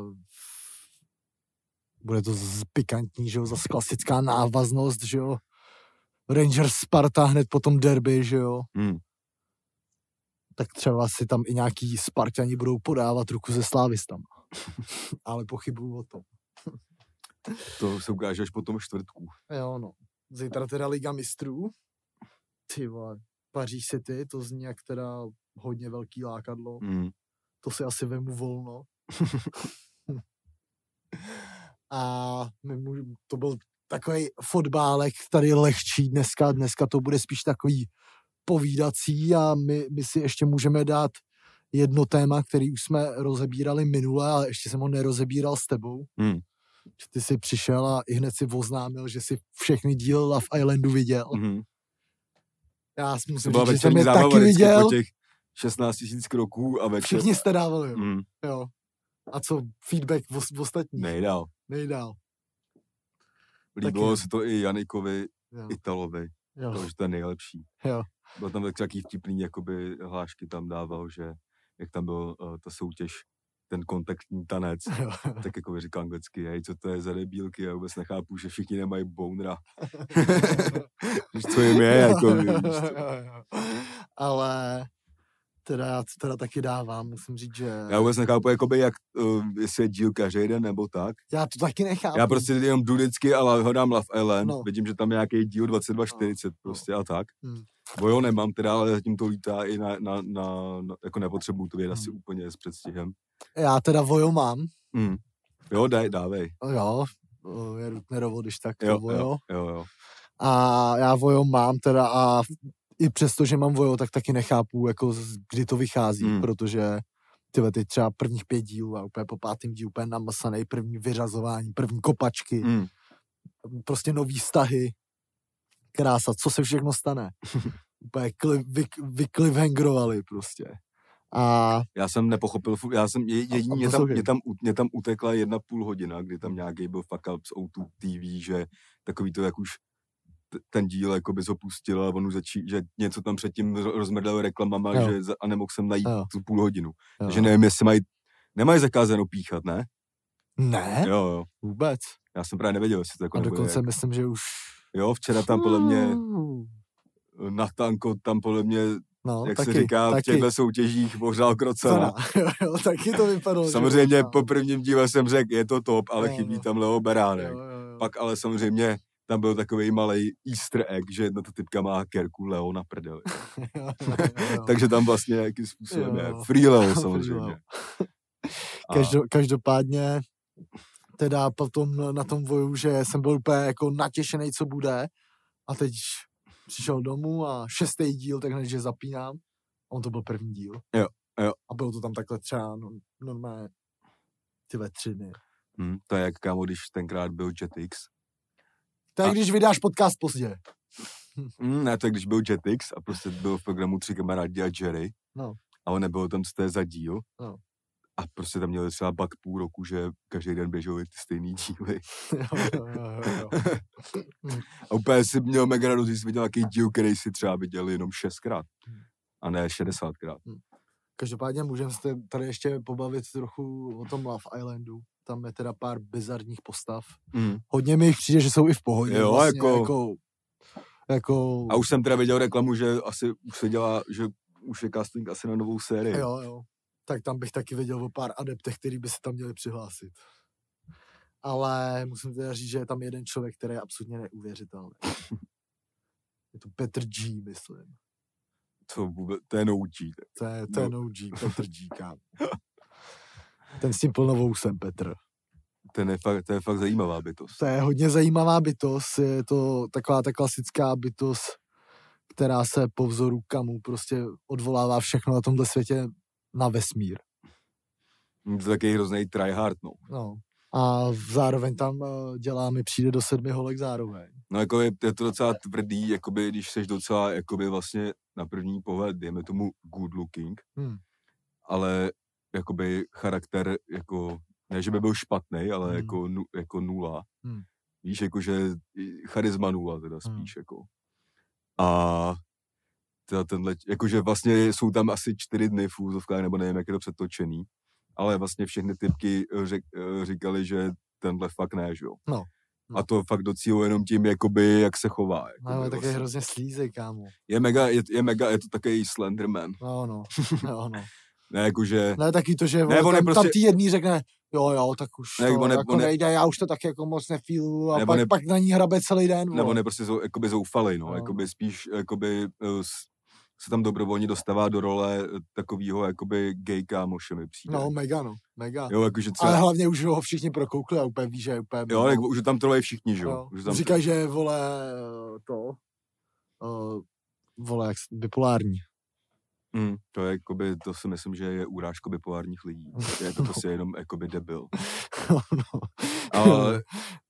bude to pikantní, že jo, zase klasická návaznost, že jo. Rangers Sparta hned potom derby, že jo. Tak třeba si tam i nějaký Spartani budou podávat ruku se Slávistama. Ale pochybuju o tom. To se ukáže až po tom čtvrtku. Jo, no. Zítra teda Liga mistrů. Ty vole, Paříž City, to zní jak teda hodně velký lákadlo. To si asi vemu volno. A takový fotbálek tady lehčí dneska to bude spíš takový povídací a my si ještě můžeme dát jedno téma, který už jsme rozebírali minule, ale ještě jsem ho nerozebíral s tebou. Ty jsi přišel a i hned si oznámil, že jsi všechny díly Love Islandu viděl. Já si musím říct, že jsem je taky viděl. Po těch 16 000 kroků a večer. Všichni jste dávali, jo. A co feedback v ostatních? Nejdál. Líbilo se to i Janikovi, Italovi. Jo. To, že to je nejlepší. Jo. Byl tam takový vtipný jakoby hlášky tam dával, že jak tam byl ta soutěž, ten kontaktní tanec, tak jako říká anglicky, hej, co to je za debílky, já vůbec nechápu, že všichni nemají bonera. Víš, co jim je, jako víš. Ale já teda taky dávám, musím říct, že... Já vůbec nechápu, jakoby, jak, jestli je díl každý den, nebo tak. Já to taky nechápu. Já prostě jenom jdu vždycky, ale hledám Love Island, vidím, že tam je nějaký díl 22:40 prostě a tak. Vojo nemám teda, ale zatím to lítá i na jako nepotřebuju to vědět asi úplně s předstihem. Já teda Vojo mám. Jo, dávej. Jo, je Rutnerovo, když tak jo, Vojo. Jo. A já Vojo mám teda a i přesto, že mám Vojo, tak taky nechápu, jako kdy to vychází, protože ty třeba prvních 5 dílů a úplně po 5. dílu úplně namasanej, první vyřazování, první kopačky, prostě nový vztahy, krása, co se všechno stane. Úplně vyklivhangrovali prostě. A já jsem nepochopil, mě tam utekla 1,5 hodina, kdy tam nějaký byl fuck up z O2 TV, že takový to, jak už ten díl jako bys ho pustil a on už že něco tam předtím rozmrdal reklamama, a nemohl jsem najít tu půl hodinu. Takže nevím, jestli nemají zakázáno píchat, ne? Ne? Jo. Vůbec. Já jsem právě nevěděl, jestli to jako a dokonce myslím, že už... Jo, včera tam podle mě na tanko, tam podle mě se říká, v těchto soutěžích pořál krocena. Jo, taky to vypadalo. Samozřejmě po prvním díle jsem řekl, je to top, ale chybí tam Leo Beránek. Pak ale samozřejmě tam byl takový malej easter egg, že jedna ta typka má kerku Leo na prdeli. Takže tam vlastně nějakým způsobem je. Free Leo samozřejmě. Každopádně teda potom na tom Voju, že jsem byl úplně jako natěšený, co bude. A teď přišel domů a 6. díl, tak hned, že zapínám. On to byl první díl. Jo. A bylo to tam takhle třeba normálně 3 dny. To je jak, kámo, když tenkrát byl Jetix. To je, když vydáš podcast pozdě. Ne, to je, když byl Jetix a prostě byl v programu 3 kamarádi a Jerry. A on nebyl tam, co to je za díl. A prostě tam měli třeba pak půl roku, že každý den běželi ty stejný díly. Jo. A úplně si měl mega radost, že jsi viděl nějaký díl, který si třeba viděl jenom 6krát. A ne 60krát. Každopádně můžeme se tady ještě pobavit trochu o tom Love Islandu. Tam je teda pár bizarních postav. Hodně mi jich přijde, že jsou i v pohodě. Jo, vlastně, jako... A už jsem teda viděl reklamu, že asi už se dělá, že už je casting asi na novou sérii. Jo. Tak tam bych taky viděl o pár adeptech, který by se tam měli přihlásit. Ale musím teda říct, že je tam jeden člověk, který je absolutně neuvěřitelný. Je to Petr G, myslím. To je no G. To je no G, Petr G, kámo. Ten s tím plnovousem, Petr. To je fakt zajímavá bytost. To je hodně zajímavá bytost. Je to taková ta klasická bytost, která se po vzoru Camu prostě odvolává všechno na tomhle světě na vesmír. To je taky hrozný tryhard, no. A zároveň tam mi přijde do 7 holek zároveň. No jako je to docela tvrdý, jakoby, když seš docela jakoby vlastně na první pohled, dejme tomu good looking, ale jakoby charakter jako, ne, že by byl špatný, ale jako nula. Víš, jakože charisma nula teda spíš, jako. A tenhle, jakože vlastně jsou tam asi 4 dny v úzovkách, nebo nevím, jak je to přetočený, ale vlastně všechny typky říkali, že tenhle fakt ne, že jo. No. A to fakt docíluje jenom tím, jakoby, jak se chová. No, ale tak je hrozně slízek, kámo. Je to takový Slenderman. No. Ne, jakože... Ne, taky to, že tam ty jedný řekne, jo, tak už to nejde, já už to tak jako moc nefílu a pak na ní hrabe celý den. Nebo ne prostě jakoby zoufalej, jakoby spíš jakoby se tam dobrovolně dostává do role takovýho jakoby gay kámoše mi přijde. No, mega. Jo, jakože třeba... Ale hlavně už ho všichni prokoukli a úplně ví, že je úplně... Jo, jako už tam trolají všichni, že jo. Tam... Říkají, že vole vole, jak bipolární. To je jakoby, to si myslím, že je urážka bipolárních lidí. Je to prostě jenom jakoby debil. Ale...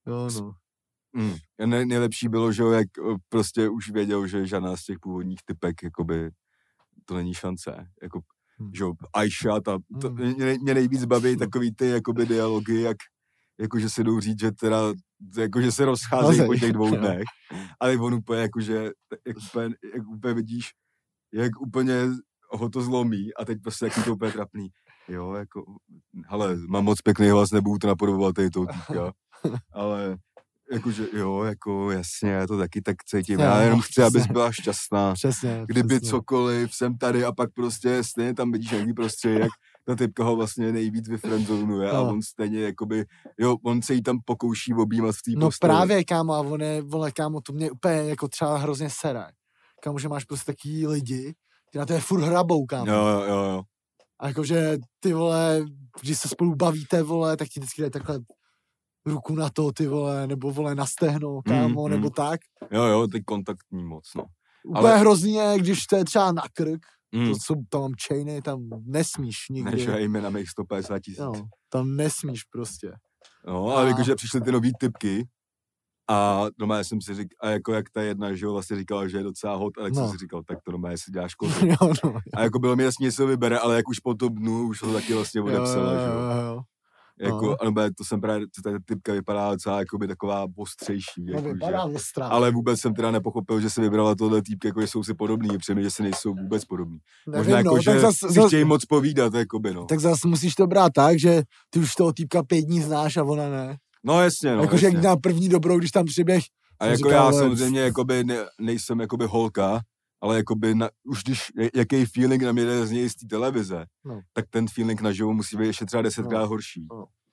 Nejlepší bylo, že jak prostě už věděl, že žádná z těch původních typek, jakoby, to není šance. Jako, že Aisha, mě nejvíc baví takový ty, jakoby, dialogy, jakože se jdou říct, že teda, jakože se rozcházejí po těch 2 dnech. Ale on úplně, jakože, jak úplně vidíš, jak úplně ho to zlomí a teď prostě jak to úplně trapný. Jo, jako, hele, mám moc pěkný hlas, nebudu to napodobovat tady toho týka, ale jakože, jo, jako jasně, já to taky tak cítím. Já jenom chci, abys byla šťastná. Přesně. Kdyby cokoliv, jsem tady a pak prostě stejně tam vidíš nějaký prostředí, jak ta typka ho vlastně nejvíc vyfriendzonuje a on stejně jakoby, jo, on se jí tam pokouší objímat v té postavě. No právě, kámo, a on je, vole, kámo, to mě úplně jako třeba hrozně sere. Kámo, že máš prostě takový lidi, ty na to je furt hrabou, kámo. Jo. A jakože ty, vole, když se spolu bavíte, vole, tak ti vždycky dají takhle ruku na to, ty vole, nebo vole na stehno, kámo, nebo tak. Jo, teď kontaktní moc, no. Úplně hrozný je, když to je třeba na krk, to jsou tam chainy, tam nesmíš nikdy. Nežaj jména mých 150 000. No, tam nesmíš prostě. No, ale jakože přišly ty nový typky a doma jsem si říkal, a jako jak ta jedna, že jo, vlastně říkala, že je docela hot, ale jak jsem si říkal, tak to doma si děláš škodu. A jako bylo mi jasně, že se vybere, ale jak už po tom dnu, už to taky vlastně odepsala, že jo. Jako, to jsem právě, ta typka vypadá docela jakoby taková ostřejší. No, vypadá ostrá. Ale vůbec jsem teda nepochopil, že se vybrala tohle týpka, jako že jsou si podobný, protože že se nejsou vůbec podobný. Možná jako, že si chtějí moc povídat, jakoby, no. Tak zase musíš to brát tak, že ty už toho týpka 5 dní znáš a ona ne. No jasně, no. Jakože na první dobrou, když tam přiběh. A jako já samozřejmě jakoby nejsem jakoby holka, ale jakoby už když jaký feeling na mě jde z něj z té televize, tak ten feeling na živo musí být ještě třeba 10krát horší.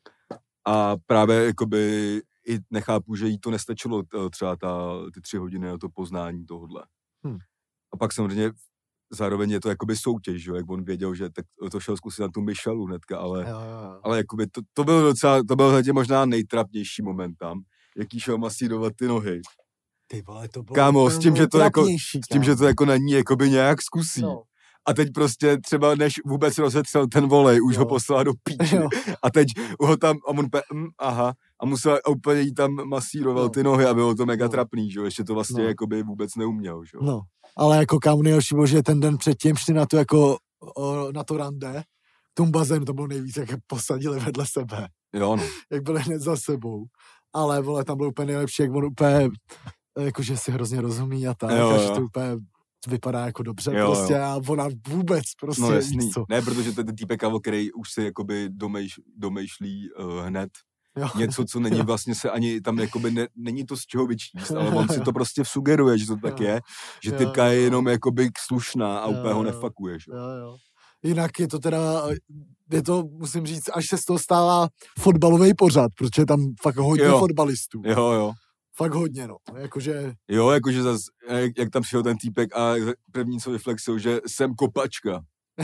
A právě jakoby i nechápu, že jí to nestačilo třeba ty 3 hodiny na to poznání tohodle. A pak samozřejmě zároveň je to jakoby soutěž, jo, jak on věděl, že tak to šel zkusit na tu Michelu hnedka, ale jakoby to bylo docela, to byl zatím možná nejtrapnější moment tam, jaký šel masírovat ty nohy. Ty vole, to bylo kámo, s tím, že to jako na ní jakoby nějak zkusí. No. A teď prostě třeba než vůbec rozetřel ten volej, už ho poslala do píči. A teď ho tam, a on a musel úplně jí tam masíroval ty nohy a bylo to mega trapný, že jo, ještě to vlastně jakoby vůbec neuměl, že jo. No, ale jako kámo nejhorší bylo, že ten den předtím šli na to jako, na to rande, k tomu bazénu, to bylo nejvíc, jak je posadili vedle sebe. Jo, no. Jak byli hned za sebou. Ale vole, tam bylo úplně nejlepší, jak on úplně, jakože si hrozně rozumí a tak, že to úplně vypadá jako dobře prostě a ona vůbec prostě no jasný. Víc co. Ne, protože to je ten týpek, který už si jakoby domýšlí hned něco, co není vlastně se ani tam jakoby není to z čeho vyčíst, ale on si to prostě sugeruje, že to tak je, že typka je jenom jakoby slušná a úplně ho nefakuje, že? Jo. Jinak je to teda, musím říct, až se z toho stává fotbalový pořad, protože je tam fakt hodně fotbalistů. Jo. Fakt hodně, no. Jakože zase, jak tam přišel ten týpek a první, co vyflexil, že jsem kopačka.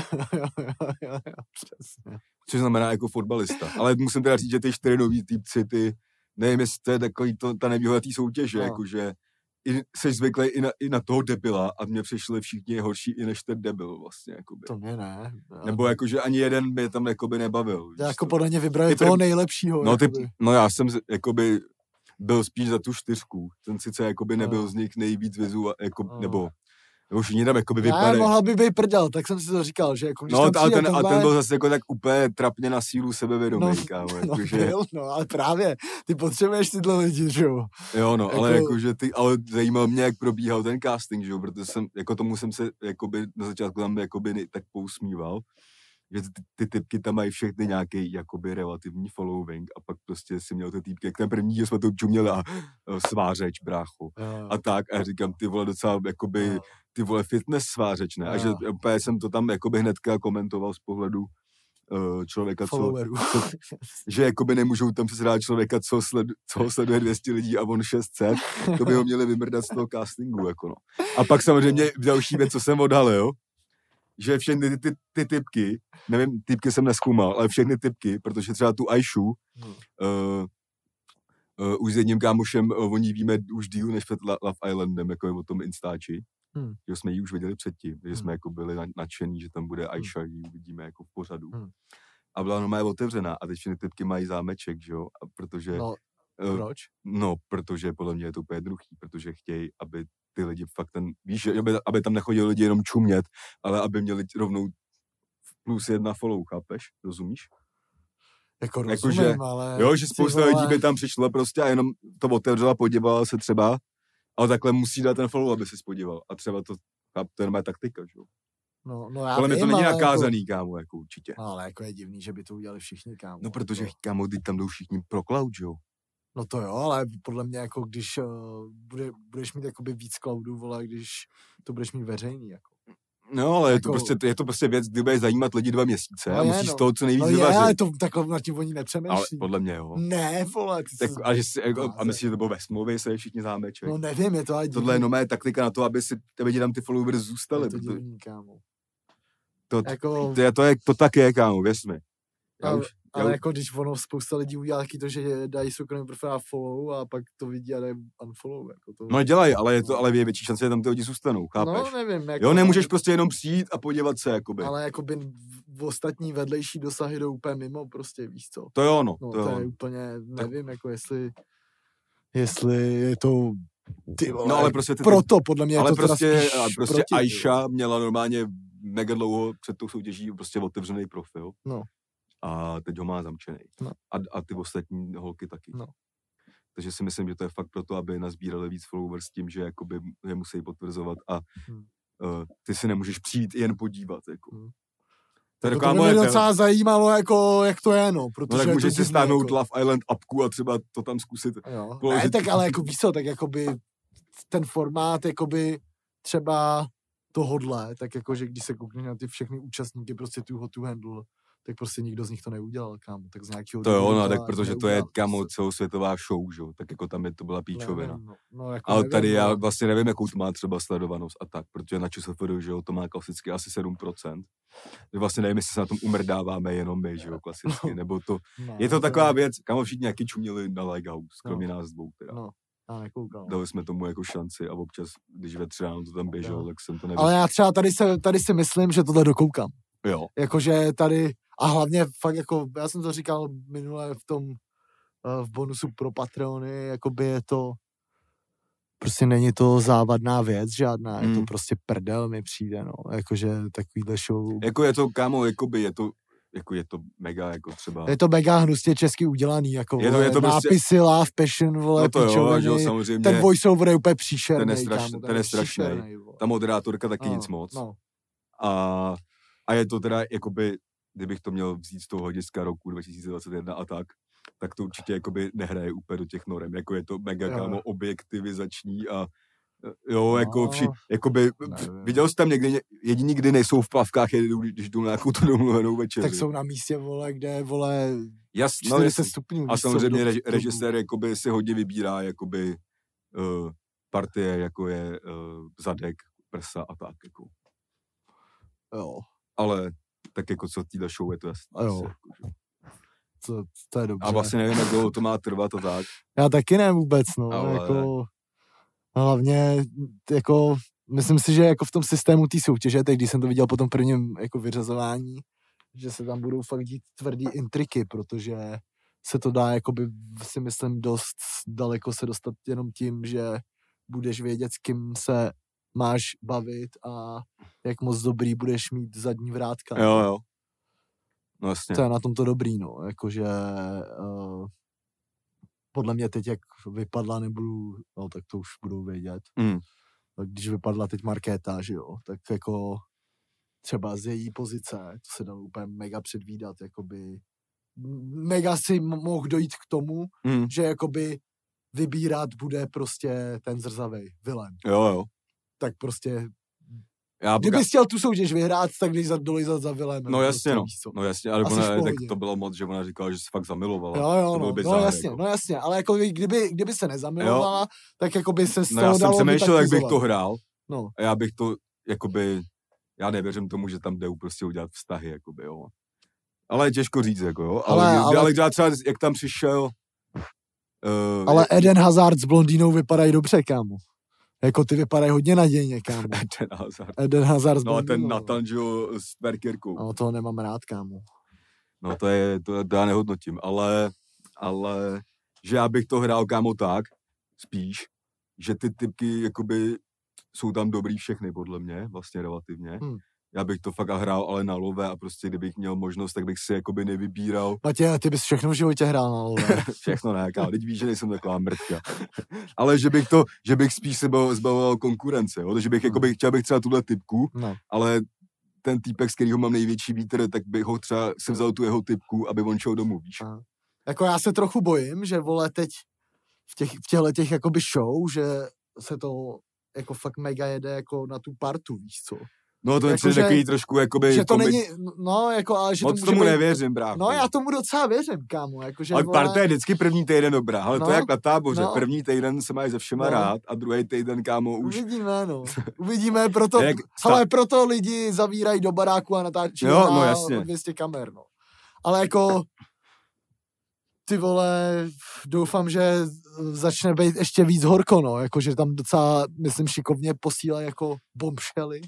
jo, přesně. Což znamená jako fotbalista. Ale musím teda říct, že ty 4 nový týpci, nevím, jestli to je takový ta nevýhoda té soutěže, jakože jsi zvyklý i na toho debila a mě přišli všichni horší i než ten debil vlastně, jakoby. To mě ne. Nebo jakože ani jeden mě tam jakoby nebavil. Já jako podle mě vybrali toho nejlepšího. No já jsem jakoby byl spíš za tu 4. Ten sice jakoby nebyl z nich nejvíc jako, nebo všichni tam jakoby vypadali. Mohla by být prdel, tak jsem si to říkal, že jako když ten byl zase jako tak úplně trapně na sílu sebevědomý, kámo. Ale právě, ty potřebuješ tyhle lidi, že jo. Jo, no, ale jakože ale zajímalo mě, jak probíhal ten casting, že jo, protože tomu jsem se jakoby na začátku tam jakoby tak pousmíval, že ty typky tam mají všechny nějaký jakoby relativní following a pak prostě si měl ty týpky, jak ten první, že jsme to čuměli a svářeč, brácho. A tak, a já říkám, ty vole docela jakoby, ty vole fitness svářeč, ne? A že úplně jsem to tam jakoby hnedka komentoval z pohledu člověka, followerů. že jakoby nemůžou tam přesně dát člověka, co ho sleduje 200 lidí a on 600, to by ho měli vymrdat z toho castingu, jako no. A pak samozřejmě další věc, co jsem odhalil, že všechny ty typky, nevím, typky jsem nezkoumal, ale všechny typky, protože třeba tu Aishu, už s jedním kámošem o ní víme už díl než před Love Islandem, jako je o tom Instači, že jsme ji už viděli předtím, že jsme jako byli nadšení, že tam bude Aisha, ji uvidíme jako v pořadu. A byla normálně otevřená a teď všechny typky mají zámeček, že jo, a protože... No, proč? No, protože podle mě je to úplně jednoduchý, protože chtějí, aby ty lidi fakt víš, aby tam nechodili lidi jenom čumět, ale aby měli rovnou +1 follow, chápeš? Rozumíš? Jako rozumím, ale... Jo, že spousta lidí by tam přišlo prostě a jenom to otevřela, podívala se třeba, ale takhle musí dát ten follow, aby se podíval. A třeba to je moje taktika, že jo? No já ale vím, mě to není nakázaný, jako... kámo, jako určitě. No, ale jako je divný, že by to udělali všichni, kámo. No, protože, kámo, teď tam jdou všichni pro cloud, že jo? No to jo, ale podle mě jako když budeš mít jakoby víc cloudů, vole, když to budeš mít veřejný, jako. No, ale jako... je to prostě věc, kdy budeš zajímat lidi 2 měsíce a musíš z toho co nejvíc vyvařit. Ale to takhle nad tím oni nepřemýšlí. Ale podle mě jo. Ne, vole. A myslíš, že to bylo ve smlouvě, se všichni zámeček? No nevím, je to ale tohle je normální taktika na to, aby ti tam ty followers zůstaly. Je to divný, kámo. To tak je, kámo, věř mi. Ale jako když ono spousta lidí udělá taky to, že dají soukromý profil a follow a pak to vidí a dají unfollow. Jako to... No dělají, ale je větší šance, že tam ty lidi zůstanou, chápeš? No nevím. Jako... Jo, nemůžeš prostě jenom přijít a podívat se, jakoby. Ale jakoby v ostatní vedlejší dosahy jdou úplně mimo, prostě víš co. To jo, no. To je úplně, nevím, jako jestli je to... Ty vole, no ale prostě proto podle mě ale je to prostě proti, Aisha měla normálně mega dlouho před tou soutěží prostě otevřený profil. No. A teď ho má zamčený. No. A ty ostatní holky taky. No. Takže si myslím, že to je fakt proto, aby nazbírali víc followers s tím, že jakoby je musí potvrzovat a ty si nemůžeš přijít jen podívat. Jako. To mě docela zajímalo, jako, jak to je, no. Protože tak můžeš si stáhnout jako... Love Island appku a třeba to tam zkusit. Ne, tak ale jako víš co, tak jakoby ten formát, jakoby třeba tohodle, tak jakože když se koukne na ty všechny účastníky prostě tu hot to handle, tak prostě nikdo z nich to neudělal, kámo. Tak z nějakého to jo, no, tak protože to je, kámo, celosvětová show, že jo, tak jako tam to byla píčovina. No, jako ale nevím, tady já vlastně nevím, jakou to má třeba sledovanost a tak, protože na ČSFD, že jo, to má klasicky asi 7%. Vlastně nevím, jestli se na tom umrdáváme jenom my, že jo, klasicky, nebo to, je to taková věc, kámo, všichni nějaký čuměli na Lighthouse, kromě nás dvou, teda. Dali jsme tomu jako šanci a občas, když ve 3 ráno to tam běželo, tak jsem to nevěděl. Ale já třeba tady si myslím, že tohle dokoukám. Jo. Jakože tady, a hlavně fakt jako, já jsem to říkal minule v bonusu pro Patreony, jakoby je to, prostě není to závadná věc žádná, je to prostě prdel mi přijde, no, jakože takovýhle show. Jako je to, kámo, jakoby je to mega, jako třeba... Je to mega hnustě česky udělaný, jako je to nápisy, prostě... love, passion, vole, no to pičoviny, jo, samozřejmě. Ten voiceover je úplně příšerný, ten je strašný. Ta moderátorka taky nic moc. No. A je to teda, jakoby, kdybych to měl vzít z toho hlediska roku 2021 a tak to určitě jakoby nehraje úplně do těch norem, jako je to mega, kámo, objektivizační a jo, jako jakoby, viděl jsi tam někdy, jediní, kdy nejsou v plavkách, když jdou na nějakou tu domluvenou večeři. Tak jsou na místě, vole, kde, vole, 40 stupňů. A samozřejmě režisér, jakoby, si hodně vybírá, jakoby, partie, jako je zadek, prsa a tak, jako. Jo. Ale tak jako co týhle show je to jasný. To je dobře. A vlastně nevím, jak dlouho to má trvat a tak. Já taky nevím vůbec, no. Ale... Jako, hlavně, jako, myslím si, že jako v tom systému té soutěže, teď když jsem to viděl po tom prvním jako vyřazování, že se tam budou fakt dít tvrdý intriky, protože se to dá, jakoby, si myslím, dost daleko se dostat jenom tím, že budeš vědět, s kým se máš bavit a jak moc dobrý budeš mít zadní vrátka. Jo. No jasně. To je na tomto dobrý, no. Jakože podle mě teď, jak vypadla, nebudu, no tak to už budou vědět. Když vypadla teď Markéta, že jo, tak jako třeba z její pozice, to se dalo úplně mega předvídat, jakoby mega si mohl dojít k tomu, že jakoby vybírat bude prostě ten zrzavej vilen. Jo. Tak prostě Kdyby chtěl tu soutěž vyhrát, tak když dolejzat za Vilém. No jasně, no jasně, ale ona, tak to bylo moc, že ona říkala, že se fakt zamilovala. Jo, no jasně, ale jako kdyby se nezamilovala, tak jako by se z toho dalo já jsem přemýšlel, jak bych to hrál. No. A já bych to, jakoby, já nevěřím tomu, že tam jde prostě udělat vztahy, jakoby, jo. Ale je těžko říct, jako jo. Ale třeba, jak tam přišel... ale Eden Hazard s blondýnou vypadají dobře, kámo. Jako ty vypadají hodně nadějně, kámo. Eden Hazard s blondýnou. No a ten Nathan, že jo, s Berkerkou. No toho nemám rád, kámo. No to já nehodnotím, ale že já bych to hrál, kámo, tak, spíš, že ty typky, jakoby, jsou tam dobrý všechny, podle mě, vlastně relativně. Já bych to fakt hrál, ale na lové a prostě kdybych měl možnost, tak bych si jakoby nevybíral. Matěj, ty bys všechno v životě hrál na lové. Všechno ne, kámo, teď víš, že nejsem taková mrtka. Ale že bych spíš se zbavoval konkurence, jo? Takže chtěl bych třeba tuhle typku, ale ten týpek, z kterýho mám největší vítr, tak bych ho třeba si vzal tu jeho typku, aby on šel domů, víš. Jako já se trochu bojím, že vole teď v těchto jakoby show, že se to jako fakt mega jede jako na tu partu, víš co. No to jako, je takový trošku jakoby... Že to není, no jako, ale že moc to tomu nevěřím, brácho. No já tomu docela věřím, kámo. Jako, že ale parta je vždycky první týden dobrá, ale to je jak na táboře. První týden se máš ze všema rád a druhý týden, kámo, už... Uvidíme, proto lidi zavírají do baráku a natáčí na 200 kamer, no. Ale jako... Ty vole, doufám, že začne být ještě víc horko, no. Jakože tam docela, myslím, šikovně posílá jako bombshely.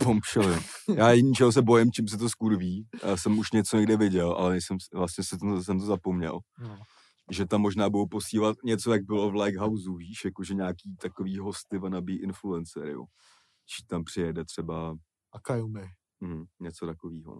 Já jediného se bojím, čím se to skurví. Já jsem už něco někde viděl, ale jsem to zapomněl. No. Že tam možná budou posílat něco, jak bylo v Lighthouseu, víš, jakože nějaký takový hosty wannabe influencer, jo. Či tam přijede třeba... Akayumi. Něco takového.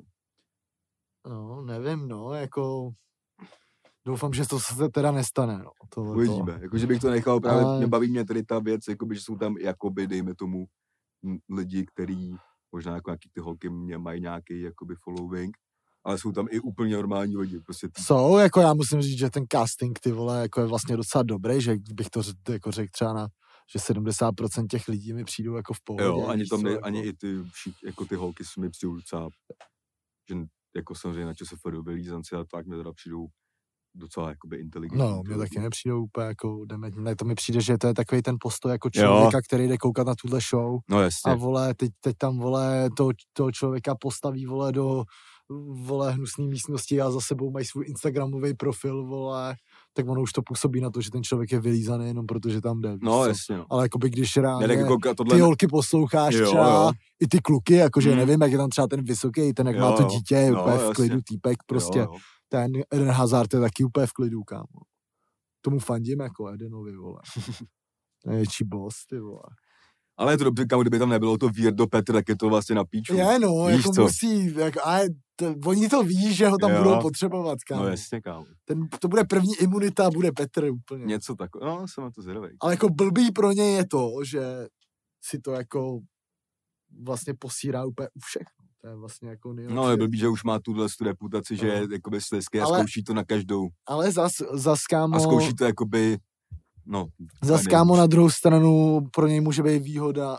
No, nevím, no, jako... Doufám, že to se teda nestane, no. Uvidíme, jakože bych to nechal, právě baví mě tady ta věc, jakoby, že jsou tam, jakoby, dejme tomu, lidi, který možná jako nějaký ty holky mají nějaký jakoby following, ale jsou tam i úplně normální lidi. Prostě jsou, jako já musím říct, že ten casting, ty vole, jako je vlastně docela dobrý, že bych to jako řekl třeba že 70% těch lidí mi přijdou jako v pohodě. Jo, ani i ty, jako ty holky jsou mi přijdou docela, že jako samozřejmě na ČSFD vylízanci a tak mě teda přijdou docela jakoby inteligentní. No, mě taky nepřijde úplně jako dementní. To mi přijde, že to je takový ten postoj jako člověka, který jde koukat na tuhle show. No jasně. A vole, teď tam vole toho člověka postaví vole do vole hnusný místnosti a za sebou mají svůj instagramový profil, vole, tak ono už to působí na to, že ten člověk je vylízaný jenom protože tam jde. No jasně. Ale jakoby když reálně ty holky posloucháš třeba i ty kluky, jakože nevím, jak je tam třeba ten vysoký, ten jak má to dítě, je úplně v klidu týpek, prostě. Ten Eden Hazard je taky úplně v klidu, kámo. Tomu fandím jako Edenovi, vole. Největší boss, ty vole. Ale je to dobře, kámo, kdyby tam nebylo to Vírdo Petr, tak je to vlastně na píču. Je, no, víš jako co? Musí, jako, oni to ví, že ho tam budou potřebovat, kámo. No jasně, kámo. To bude první imunita, bude Petr úplně. Něco takového, no, jsem na to zvědavej. Ale jako blbý pro něj je to, že si to jako vlastně posírá úplně u všech. To je vlastně jako nejlepší. No, je blbý, že už má tuhle reputaci, že je jakoby slezký a zkouší to na každou. Ale zas kámo... A zkouší to jakoby, no. Zas kámo na druhou stranu pro něj může být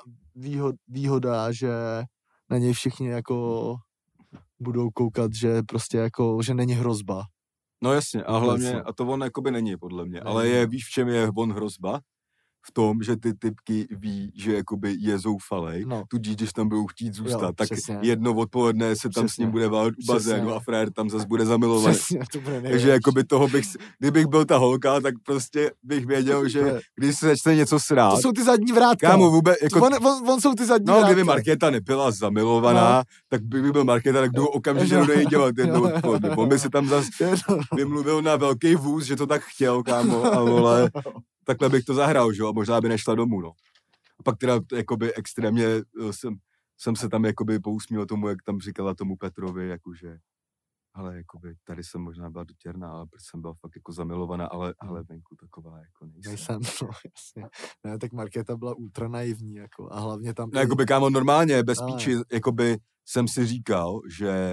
výhoda, že na něj všichni jako budou koukat, že prostě jako, že není hrozba. No jasně, a hlavně, a to on jakoby není podle mě, ale víš, v čem je on hrozba? V tom, že ty typky ví, že jakoby je zoufalej, tudíž, když tam budou chtít zůstat, tak jedno odpoledne se tam s ním bude válet u bazénu a frajer tam zase bude zamilovaný. Takže jakoby toho kdybych byl ta holka, tak prostě bych věděl, že když se začne něco srát. To jsou ty zadní vrátka. Kámo, vůbec, jako... On jsou ty zadní vrátka. No, kdyby Markéta nebyla zamilovaná, tak by byl Markéta, tak jdu okamžitě do něj dělat jedno odpoledne. On by se tam zase vymluvil na velký vůz, že to tak chtěl, kámo, a vole... Takhle bych to zahrál, že jo, a možná by nešla domů, no. A pak teda jakoby extrémně jsem se tam jakoby pousmíl tomu, jak tam říkala tomu Petrovi, jakože, ale jakoby tady jsem možná byla dotěrná, ale protože jsem byla fakt jako zamilovaná, ale venku taková jako nejsem. No, jasně. Ne, tak Markéta byla ultra naivní, jako, a hlavně tam... No, jakoby, kámo, normálně, bez píči, jakoby jsem si říkal, že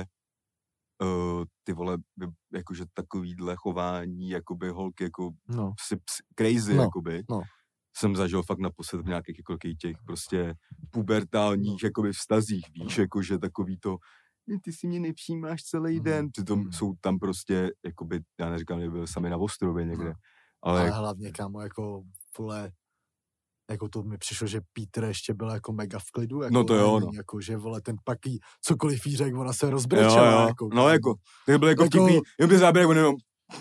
ty vole, jakože takovýhle chování, jakoby holky, jako crazy, jakoby, jsem zažil fakt naposled v nějakých jako těch prostě pubertálních jakoby vztazích, víš, jakože takový to, ty si mě nevšímáš celý den, přitom jsou tam prostě, jakoby, já neříkám, že byli sami na ostrově někde, ale hlavně, kámo, jako, vole, jako to mi přišlo, že Peter ještě byl jako mega v klidu, jako, no to jo, no. Jako, že, vole, ten pak jí cokoliv jí řekl, ona se rozbrečela, jo. jako. No, jako, to byl jako vtipný, jen by záběr, jako nevím.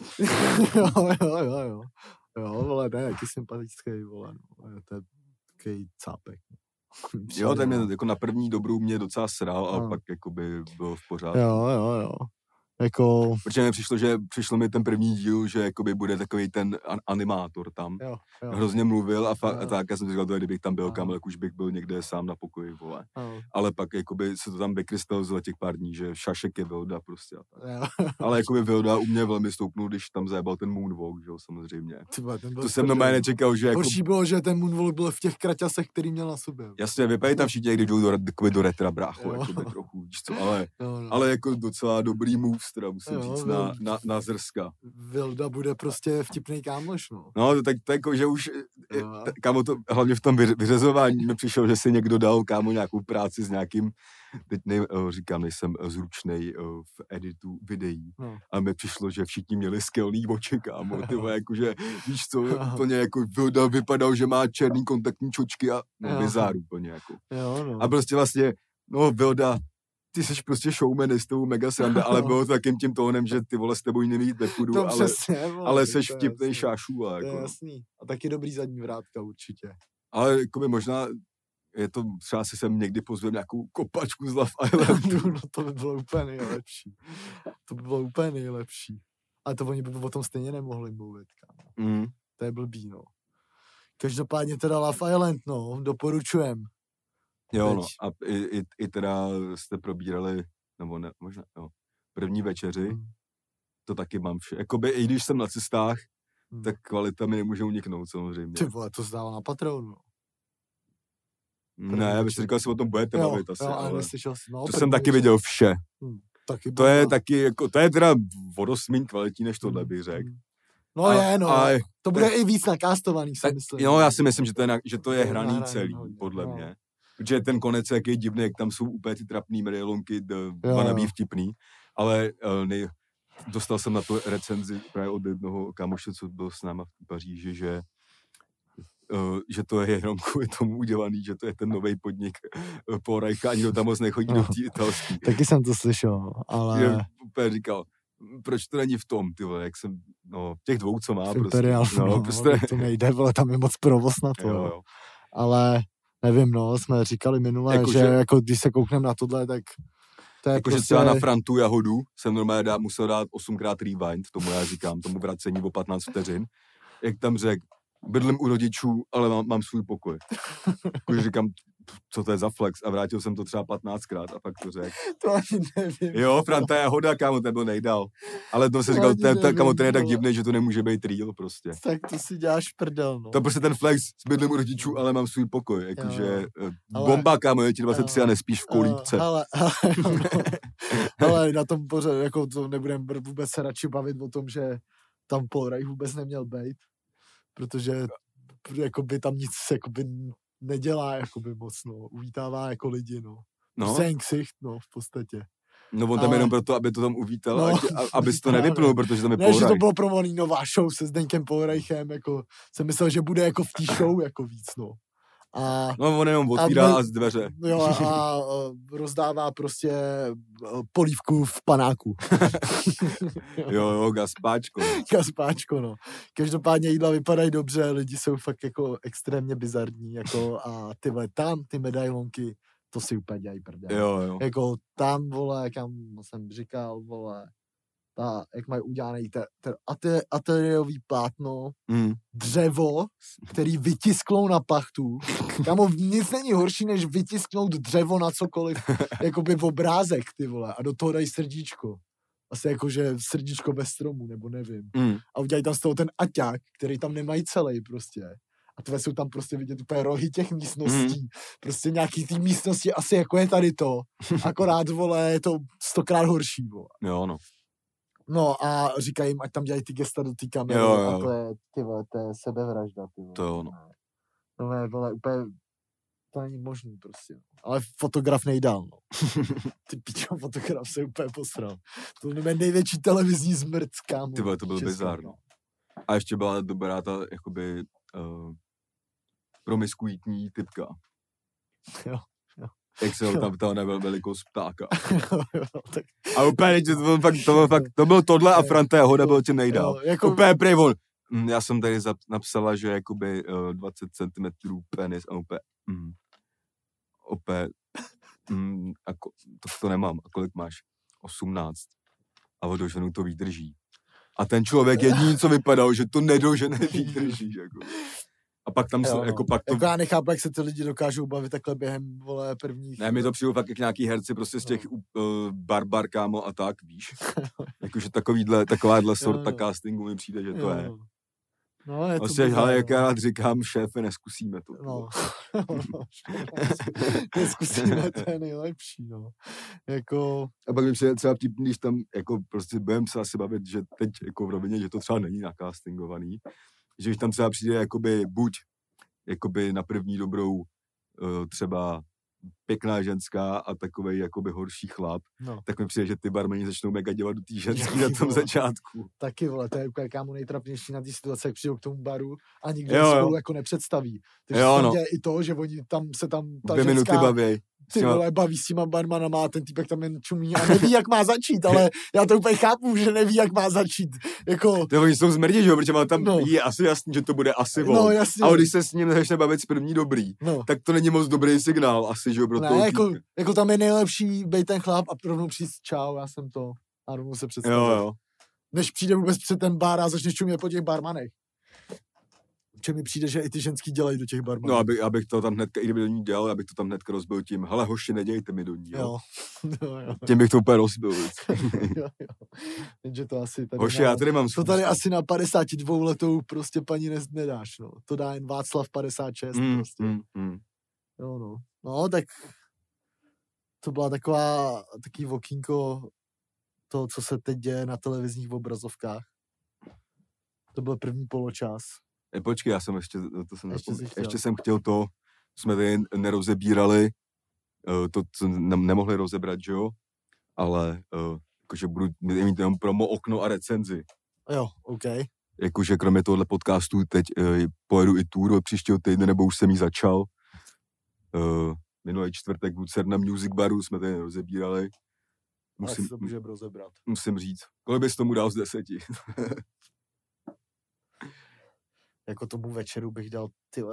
Jo, vole, ne, jaký sympatický, vole, no, to je takový cápek. Jo, ten mě jako na první dobrou mě docela sral, ale pak jakoby byl v pořádku. Jo. Jako... Protože mi přišlo mi ten první díl, že jakoby bude takový ten animátor tam. Jo. Hrozně mluvil a tak, já jsem říkal, že kdybych tam byl kámo, tak už bych byl někde sám na pokoji, vole. Ale pak jakoby se to tam vykrystalizovalo těch pár dní, že Šašek je Vilda prostě. Ale jakoby Vilda u mě velmi stoupnul, když tam zajebal ten moonwalk, že jo, samozřejmě. To jsem normálně nečekal, že jako... Horší bylo, že ten moonwalk byl v těch kraťasech, který měl na sobě. Jasně, vypadají tam všichni, když jdou do retra, brácho, jakoby trochu, víš co, ale jako docela dobrý moves, teda musím říct, na zrska. Vilda bude prostě vtipnej kámoš, no. No, tak jako, že už, kámo, to, hlavně v tom vyřazování mi přišel, že si někdo dal, kámo, nějakou práci s nějakým, teď říkám, nejsem zručnej v editu videí, ale mi přišlo, že všichni měli skelný oči, kámo, tyhle, jakože, víš co, úplně jako Vilda vypadal, že má černý kontaktní čočky a bizár úplně, jako. A prostě vlastně, Vilda, ty jsi prostě showman, s tou mega sranda, ale bylo to takým tím tónem, že ty vole s tebou jiný jít nepůjdu, ale seš vtipnej šášůva. To je jasný. A taky dobrý zadní vrátka určitě. Ale jakoby možná je to, třeba si sem někdy pozvem nějakou kopačku z Love Islandu. No to by bylo úplně nejlepší. Ale to oni by o tom stejně nemohli mluvit, kámo. To je blbý, no. Každopádně teda Love Island, no, doporučujem. Jo, no, a i teda jste probírali, nebo ne, možná, jo, první večeři, to taky mám vše. Jakoby, i když jsem na cestách, tak kvalita mi nemůže uniknout, samozřejmě. Ty vole, to zdává na Patronu. Ne, já bych si říkal, že se o tom budete bavit asi, ale to jsem taky viděl vše. To je taky, jako, to je teda vodosmíň kvalitní, než tohle bych řekl. No to bude i víc nakástovaný, si myslím. Jo, já si myslím, že to je hraný celý, podle mě. Protože ten konec je jaký divný, jak tam jsou úplně ty trapný medailonky, vanabí vtipný, ale dostal jsem na to recenzi právě od jednoho kámoše, co byl s náma v Paříži, že to je jenom kvůli tomu udělaný, že to je ten nový podnik po Rajcha, ani tam moc nechodí do té italský. Taky jsem to slyšel, ale... Já úplně říkal, proč to není v tom, ty vole, jak jsem, těch dvou, co má, Imperial, prostě. To nejde, vole, tam je moc provoz na to. Jo. Ale nevím, jsme říkali minule, že jako když se koukneme na tohle, tak to je jakože třeba na Frantu Jahodu jsem normálně musel dát 8x rewind, tomu já říkám, tomu vracení o 15 vteřin, jak tam řekl, bydlím u rodičů, ale mám svůj pokoj. Jakože říkám, co to je za flex, a vrátil jsem to třeba 15krát a pak to řekl. To ani nevím. Jo, Franta Jahoda, kámo, ten byl nejdál. Ale to si říkal, kámo, ten je tak divný, že to nemůže být real prostě. Tak to si děláš prdel, no. To prostě ten flex, bydlím u rodičů, ale mám svůj pokoj. Jakože bomba, kámo, je ti 23 a nespíš v kolípce. Ale na tom pořád, jako to nebudem vůbec se radši bavit o tom, že tam Paul Reich vůbec neměl být, protože jakoby tam nic jakoby nedělá jakoby moc, uvítává jako lidi, ksicht, v podstatě. No on tam jenom proto, aby to tam uvítal, abys to nevypnul, protože tam je Paul Reich. Ne, že to bylo promovaný nová show se Zdeňkem Paul Reichem, jako jsem myslel, že bude jako v té show jako víc, on jenom otvírá a z dveře. Jo, a rozdává prostě polívku v panáku. jo, gaspáčko. Gaspáčko, Každopádně jídla vypadají dobře, lidi jsou fakt jako extrémně bizarní, jako a ty medailonky, to si úplně dělají prdel. Jo. Jako tam, vole, kam jsem říkal, vole, jak mají udělaný ten ateliérový plátno, dřevo, který vytisklou na pachtu. Kámo, nic není horší, než vytisknout dřevo na cokoliv, jakoby v obrázek, ty vole, a do toho dají srdíčko. Asi jakože srdíčko bez stromu, nebo nevím. A udělají tam z toho ten aťák, který tam nemají celý prostě. A tvé jsou tam prostě vidět úplně rohy těch místností. Prostě nějaký ty místnosti asi jako je tady to. Akorát, vole, je to 100krát horší, vole. Jo, no. No a říkají jim, ať tam dělají ty gesta do té kamery. A to je sebevražda, ty vole. To jo, no. No ne, vole, úplně, to není možný prostě. Ale fotograf nejdál, no. Ty pičo, fotograf se úplně posral. To je největší televizní zmrt, kámo. Ty vole, to byl bizár, no. A ještě byla dobrá ta, jakoby, promiskuitní typka. Jo. Jak se ho tam ptal na velikost ptáka. Tak. A úplně, to byl tohle a Frantého nebyl tím nejdál. Jako... Úplně prejvon. Já jsem tady napsala, že jakoby 20 cm penis a opět, to nemám. A kolik máš? 18. A o ženu to vydrží. A ten člověk jediný, co vypadal, že to nevydrží. Jako. A pak tam se, jako pak to... Jako já nechápu, jak se ty lidi dokážou bavit takhle během, vole, prvních... Ne, mi to přijde fakt jak nějaký herci prostě z těch barbar, kámo, a tak, víš. Jakože takováhle sorta castingu mi přijde, že to je. No, je vlastně, to ale jak já rád říkám, šéfe, neskusíme to. No. Neskusíme, to je nejlepší, no. Jako... A pak mi přijde třeba vtipný, když tam, jako prostě budeme se asi bavit, že teď jako v rovině, že to třeba není nakastingovaný, že když tam třeba přijde jakoby buď jakoby na první dobrou třeba pěkná ženská a takovej jakoby horší chlap, tak mi přijde, že ty barmani začnou mega dělat do té ženský na tom začátku. Taky, vole, to je kámo nejtrapnější na té situaci, jak přijdou k tomu baru a nikdo se spolu jako nepředstaví. Takže se tam děje i to, že oni tam se tam ta 2 minuty baví. Ty vole, baví s těma barmanama a ten týpek tam jen čumí a neví, jak má začít, ale já to úplně chápu, že neví, jak má začít. Jako... To oni jsou zmrdí, že jo, protože má tam je asi jasný, že to bude asi on. No, jasně. A když se s ním začne bavit z první dobrý, tak to není moc dobrý signál asi, že jo, pro toho jako tam je nejlepší bejt ten chlap a rovnou přijít čau, já jsem to a rovnou se představit. Jo. Než přijde vůbec před ten bar a začne čumět po těch barmanech. Če mi přijde, že i ty ženský dělají do těch barmanů. No, abych to tam hnedka, i kdyby do ní dělal, abych to tam hnedka rozbil tím, hele hoši, nedějte mi do ní, jo. Tím bych to úplně rozbil. jo. Jenže to asi tady hoši, já tady mám to tady asi na 52 letou prostě paní nedáš, no. To dá jen Václav 56 prostě. Jo, no. No, tak to byla takový okýnko to, co se teď děje na televizních obrazovkách. To byl první poločas. Počkej, já jsem ještě jsem chtěl to, jsme tady nerozebírali, to, co nemohli rozebrat, že jo, ale jakože budu mít jenom promo, okno a recenzi. Jo, OK. Jakože kromě tohohle podcastu teď pojedu i tour od příštího týdne, nebo už jsem jí začal. Minulý čtvrtek v Lucerna Music Baru jsme tady rozebírali. Musím říct. Kolik bys tomu dal z 10? Jako tomu večeru bych dal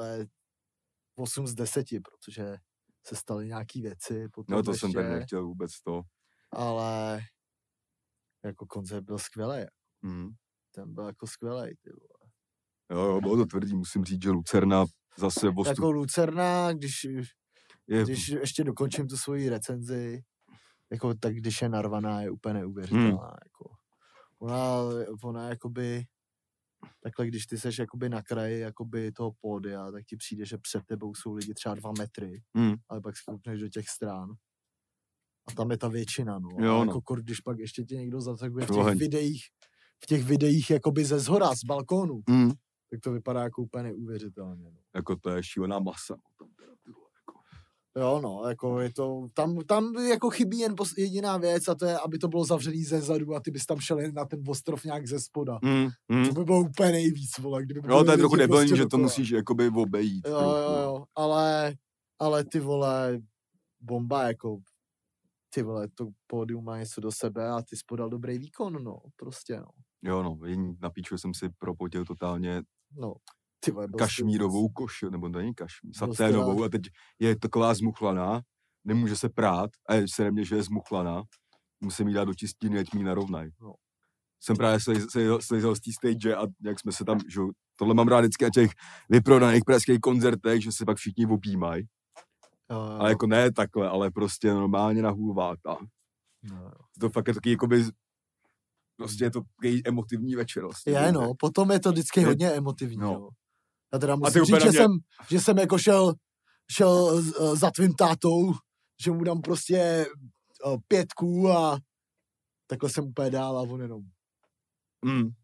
8 z 10, protože se staly nějaký věci. No to ještě, jsem tak nechtěl vůbec to. Ale jako koncert byl skvělej. Ten byl jako skvělej, ty vole. Jo, bylo to tvrdý, musím říct, že Lucerna zase... Jako Lucerna, když ještě dokončím tu svoji recenzi, jako tak když je narvaná, je úplně neuvěřitelná. Jako. Ona jakoby... Takhle, když ty seš jakoby na kraji jakoby toho pódia, tak ti přijde, že před tebou jsou lidi třeba 2 metry, ale pak si koukneš do těch strán a tam je ta většina, no. Jo, a jako když pak ještě tě někdo zatakuje v těch videích jakoby ze zhora, z balkónu, tak to vypadá jako úplně neuvěřitelně. No. Jako to je šílená masa. Jo, no, jako je to, tam jako chybí jen jediná věc a to je, aby to bylo zavřený ze zadu a ty bys tam šel jen na ten ostrov nějak ze spoda. To by bylo úplně nejvíc, vole. Jo, to je trochu debilní, prostě že to musíš jakoby obejít. Jo, ale ty vole, bomba, jako ty vole, to pódium má něco do sebe a ty jsi podal dobrý výkon, no, prostě, no. Jo, no, na píču jsem si propotil totálně kašmírovou košili, nebo to není kašmír, saténovou a teď je taková zmuchlaná, nemůže se prát a se nemě, že je zmuchlaná, musím jí dát do čistírny, ať mi narovnaj. No. Jsem právě slizal z té stage a jak jsme se tam, že tohle mám rád vždycky na těch vyprodaných pražských koncertech, že se pak všichni objímají. Ale jako ne takhle, ale prostě normálně na hulváta. To fakt je taky jakoby prostě je to takový emotivní večer. Vlastně, je, no, potom je to vždycky hodně emotivní, no. Já teda musím říct, že jsem jako šel za tvým tátou, že mu dám prostě 5 a takhle jsem úplně dál a on jenom.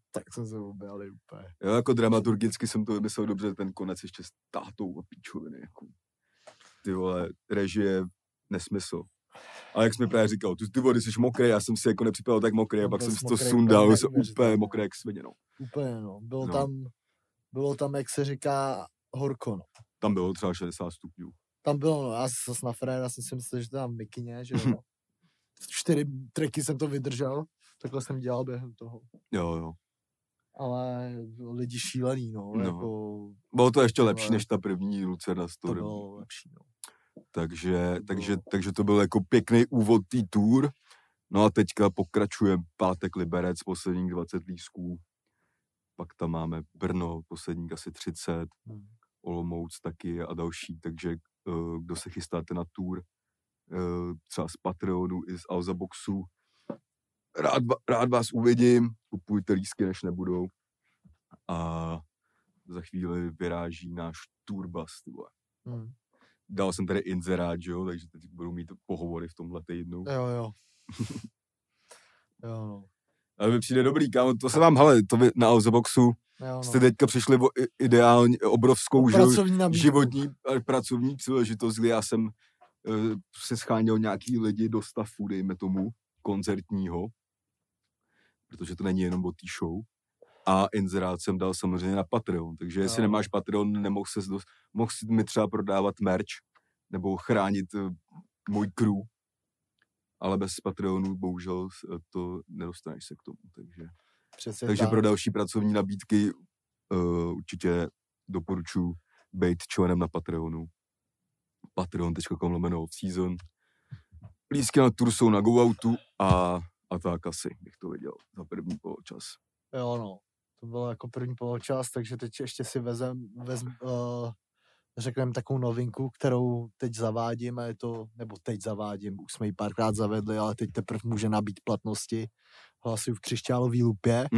Tak jsem se objali úplně. Jo, jako dramaturgicky jsem to vymyslel dobře, ten konec ještě s tátou a píčoviny, jako. Ty vole, režie, nesmysl. A jak jsi mi právě říkal, ty vody jsi mokrý, já jsem si jako nepřipadal tak mokrý, a pak jsem si to sundal, jsem úplně mokrý jak svině, no. Úplně, no. Bylo tam, jak se říká, horko, no. Tam bylo třeba 60 stupňů. Tam bylo, no, já jsem na Ferrera, jsem si myslel, že to tam mikině, že jo. 4 treky jsem to vydržel, takhle jsem dělal během toho. Jo. Ale lidi šílený, no. Jako, bylo to ještě lepší než ta první Lucerna Story. To bylo lepší, no. Takže to byl jako pěkný úvod té tour. No a teďka pokračuje pátek Liberec, posledních 20 lístků. Pak tam máme Brno, posledních asi 30. Olomouc taky a další, takže kdo se chystáte na tour, třeba z Patreonu i z Alzaboxu, rád vás uvidím, kupujte lístky, než nebudou. A za chvíli vyráží náš tourbus. Dal jsem tady inzerát, jo, takže teď budou mít pohovory v tomhle týdnu. Jo. No. Ale mi přijde dobrý, kámo, to se vám, hele, to vy na Alzaboxu jste teďka přišli o ideální, obrovskou životní pracovní příležitost, kdy já jsem se scháněl nějaký lidi do stavu, dejme tomu, koncertního, protože to není jenom o té show. A inzerát jsem dal samozřejmě na Patreon, takže jestli nemáš Patreon, nemohl si mi třeba prodávat merch, nebo chránit můj crew, ale bez Patreonu bohužel to nedostaneš se k tomu, takže pro další pracovní nabídky určitě doporučuji být členem na Patreonu. patreon.com/offseason. Lístky na tour jsou na GoOutu a tak asi bych to viděl za první poločas. Jo, no. To bylo jako první poločas, takže teď ještě si řekneme takovou novinku, kterou teď zavádím, už jsme ji párkrát zavedli, ale teď teprve může nabít platnosti. Hlasuju v Křišťálový lupě,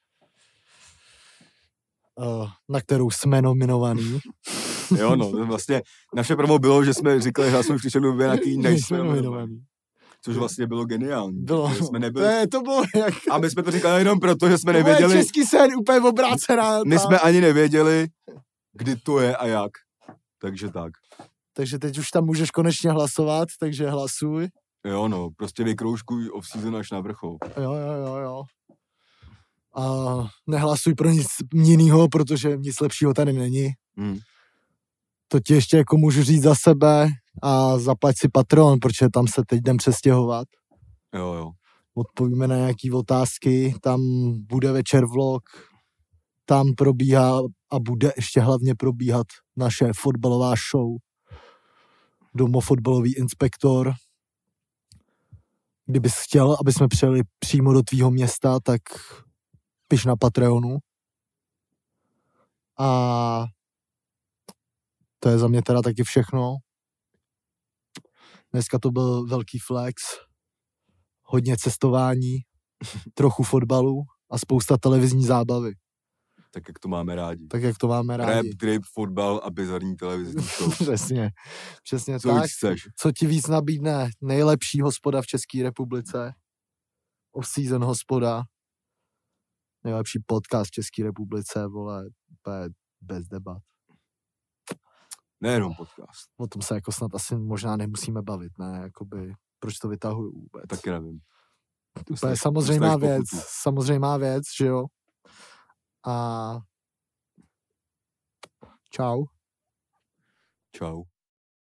na kterou jsme nominovaní. Jo, no, vlastně naše promo bylo, že jsme říkali, hlasuju v Křišťálový lupě, na který nejsme nominovaní. Což vlastně bylo geniální. Jsme nebyli... To bylo jak... A my jsme to říkali jenom proto, že jsme nevěděli... Český sen úplně obrácená. My jsme ani nevěděli, kdy to je a jak. Takže tak. Takže teď už tam můžeš konečně hlasovat, takže hlasuj. Jo, no, prostě vykroužkuj off-season až na vrchol. Jo. A nehlasuj pro nic jinýho, protože nic lepšího tady není. To ti ještě jako můžu říct za sebe a zaplať si Patreon, protože tam se teď jdem přestěhovat. Jo. Odpovíme na nějaký otázky, tam bude večer vlog, tam probíhá a bude ještě hlavně probíhat naše fotbalová show. Domofotbalový inspektor. Kdybys chtěl, aby jsme přijeli přímo do tvýho města, tak piš na Patreonu. A to je za mě teda taky všechno. Dneska to byl velký flex. Hodně cestování, trochu fotbalu a spousta televizní zábavy. Tak jak to máme rádi. Rap, drip, fotbal a bizarní televizní show. Přesně co tak. Chceš? Co ti víc nabídne? Nejlepší hospoda v České republice. Off-season hospoda. Nejlepší podcast v České republice, vole, bez debat. Nejenom podcast. O tom se jako snad asi možná nemusíme bavit, ne? Jakoby, proč to vytahuju vůbec? Taky nevím. To je samozřejmá věc, že jo? A čau.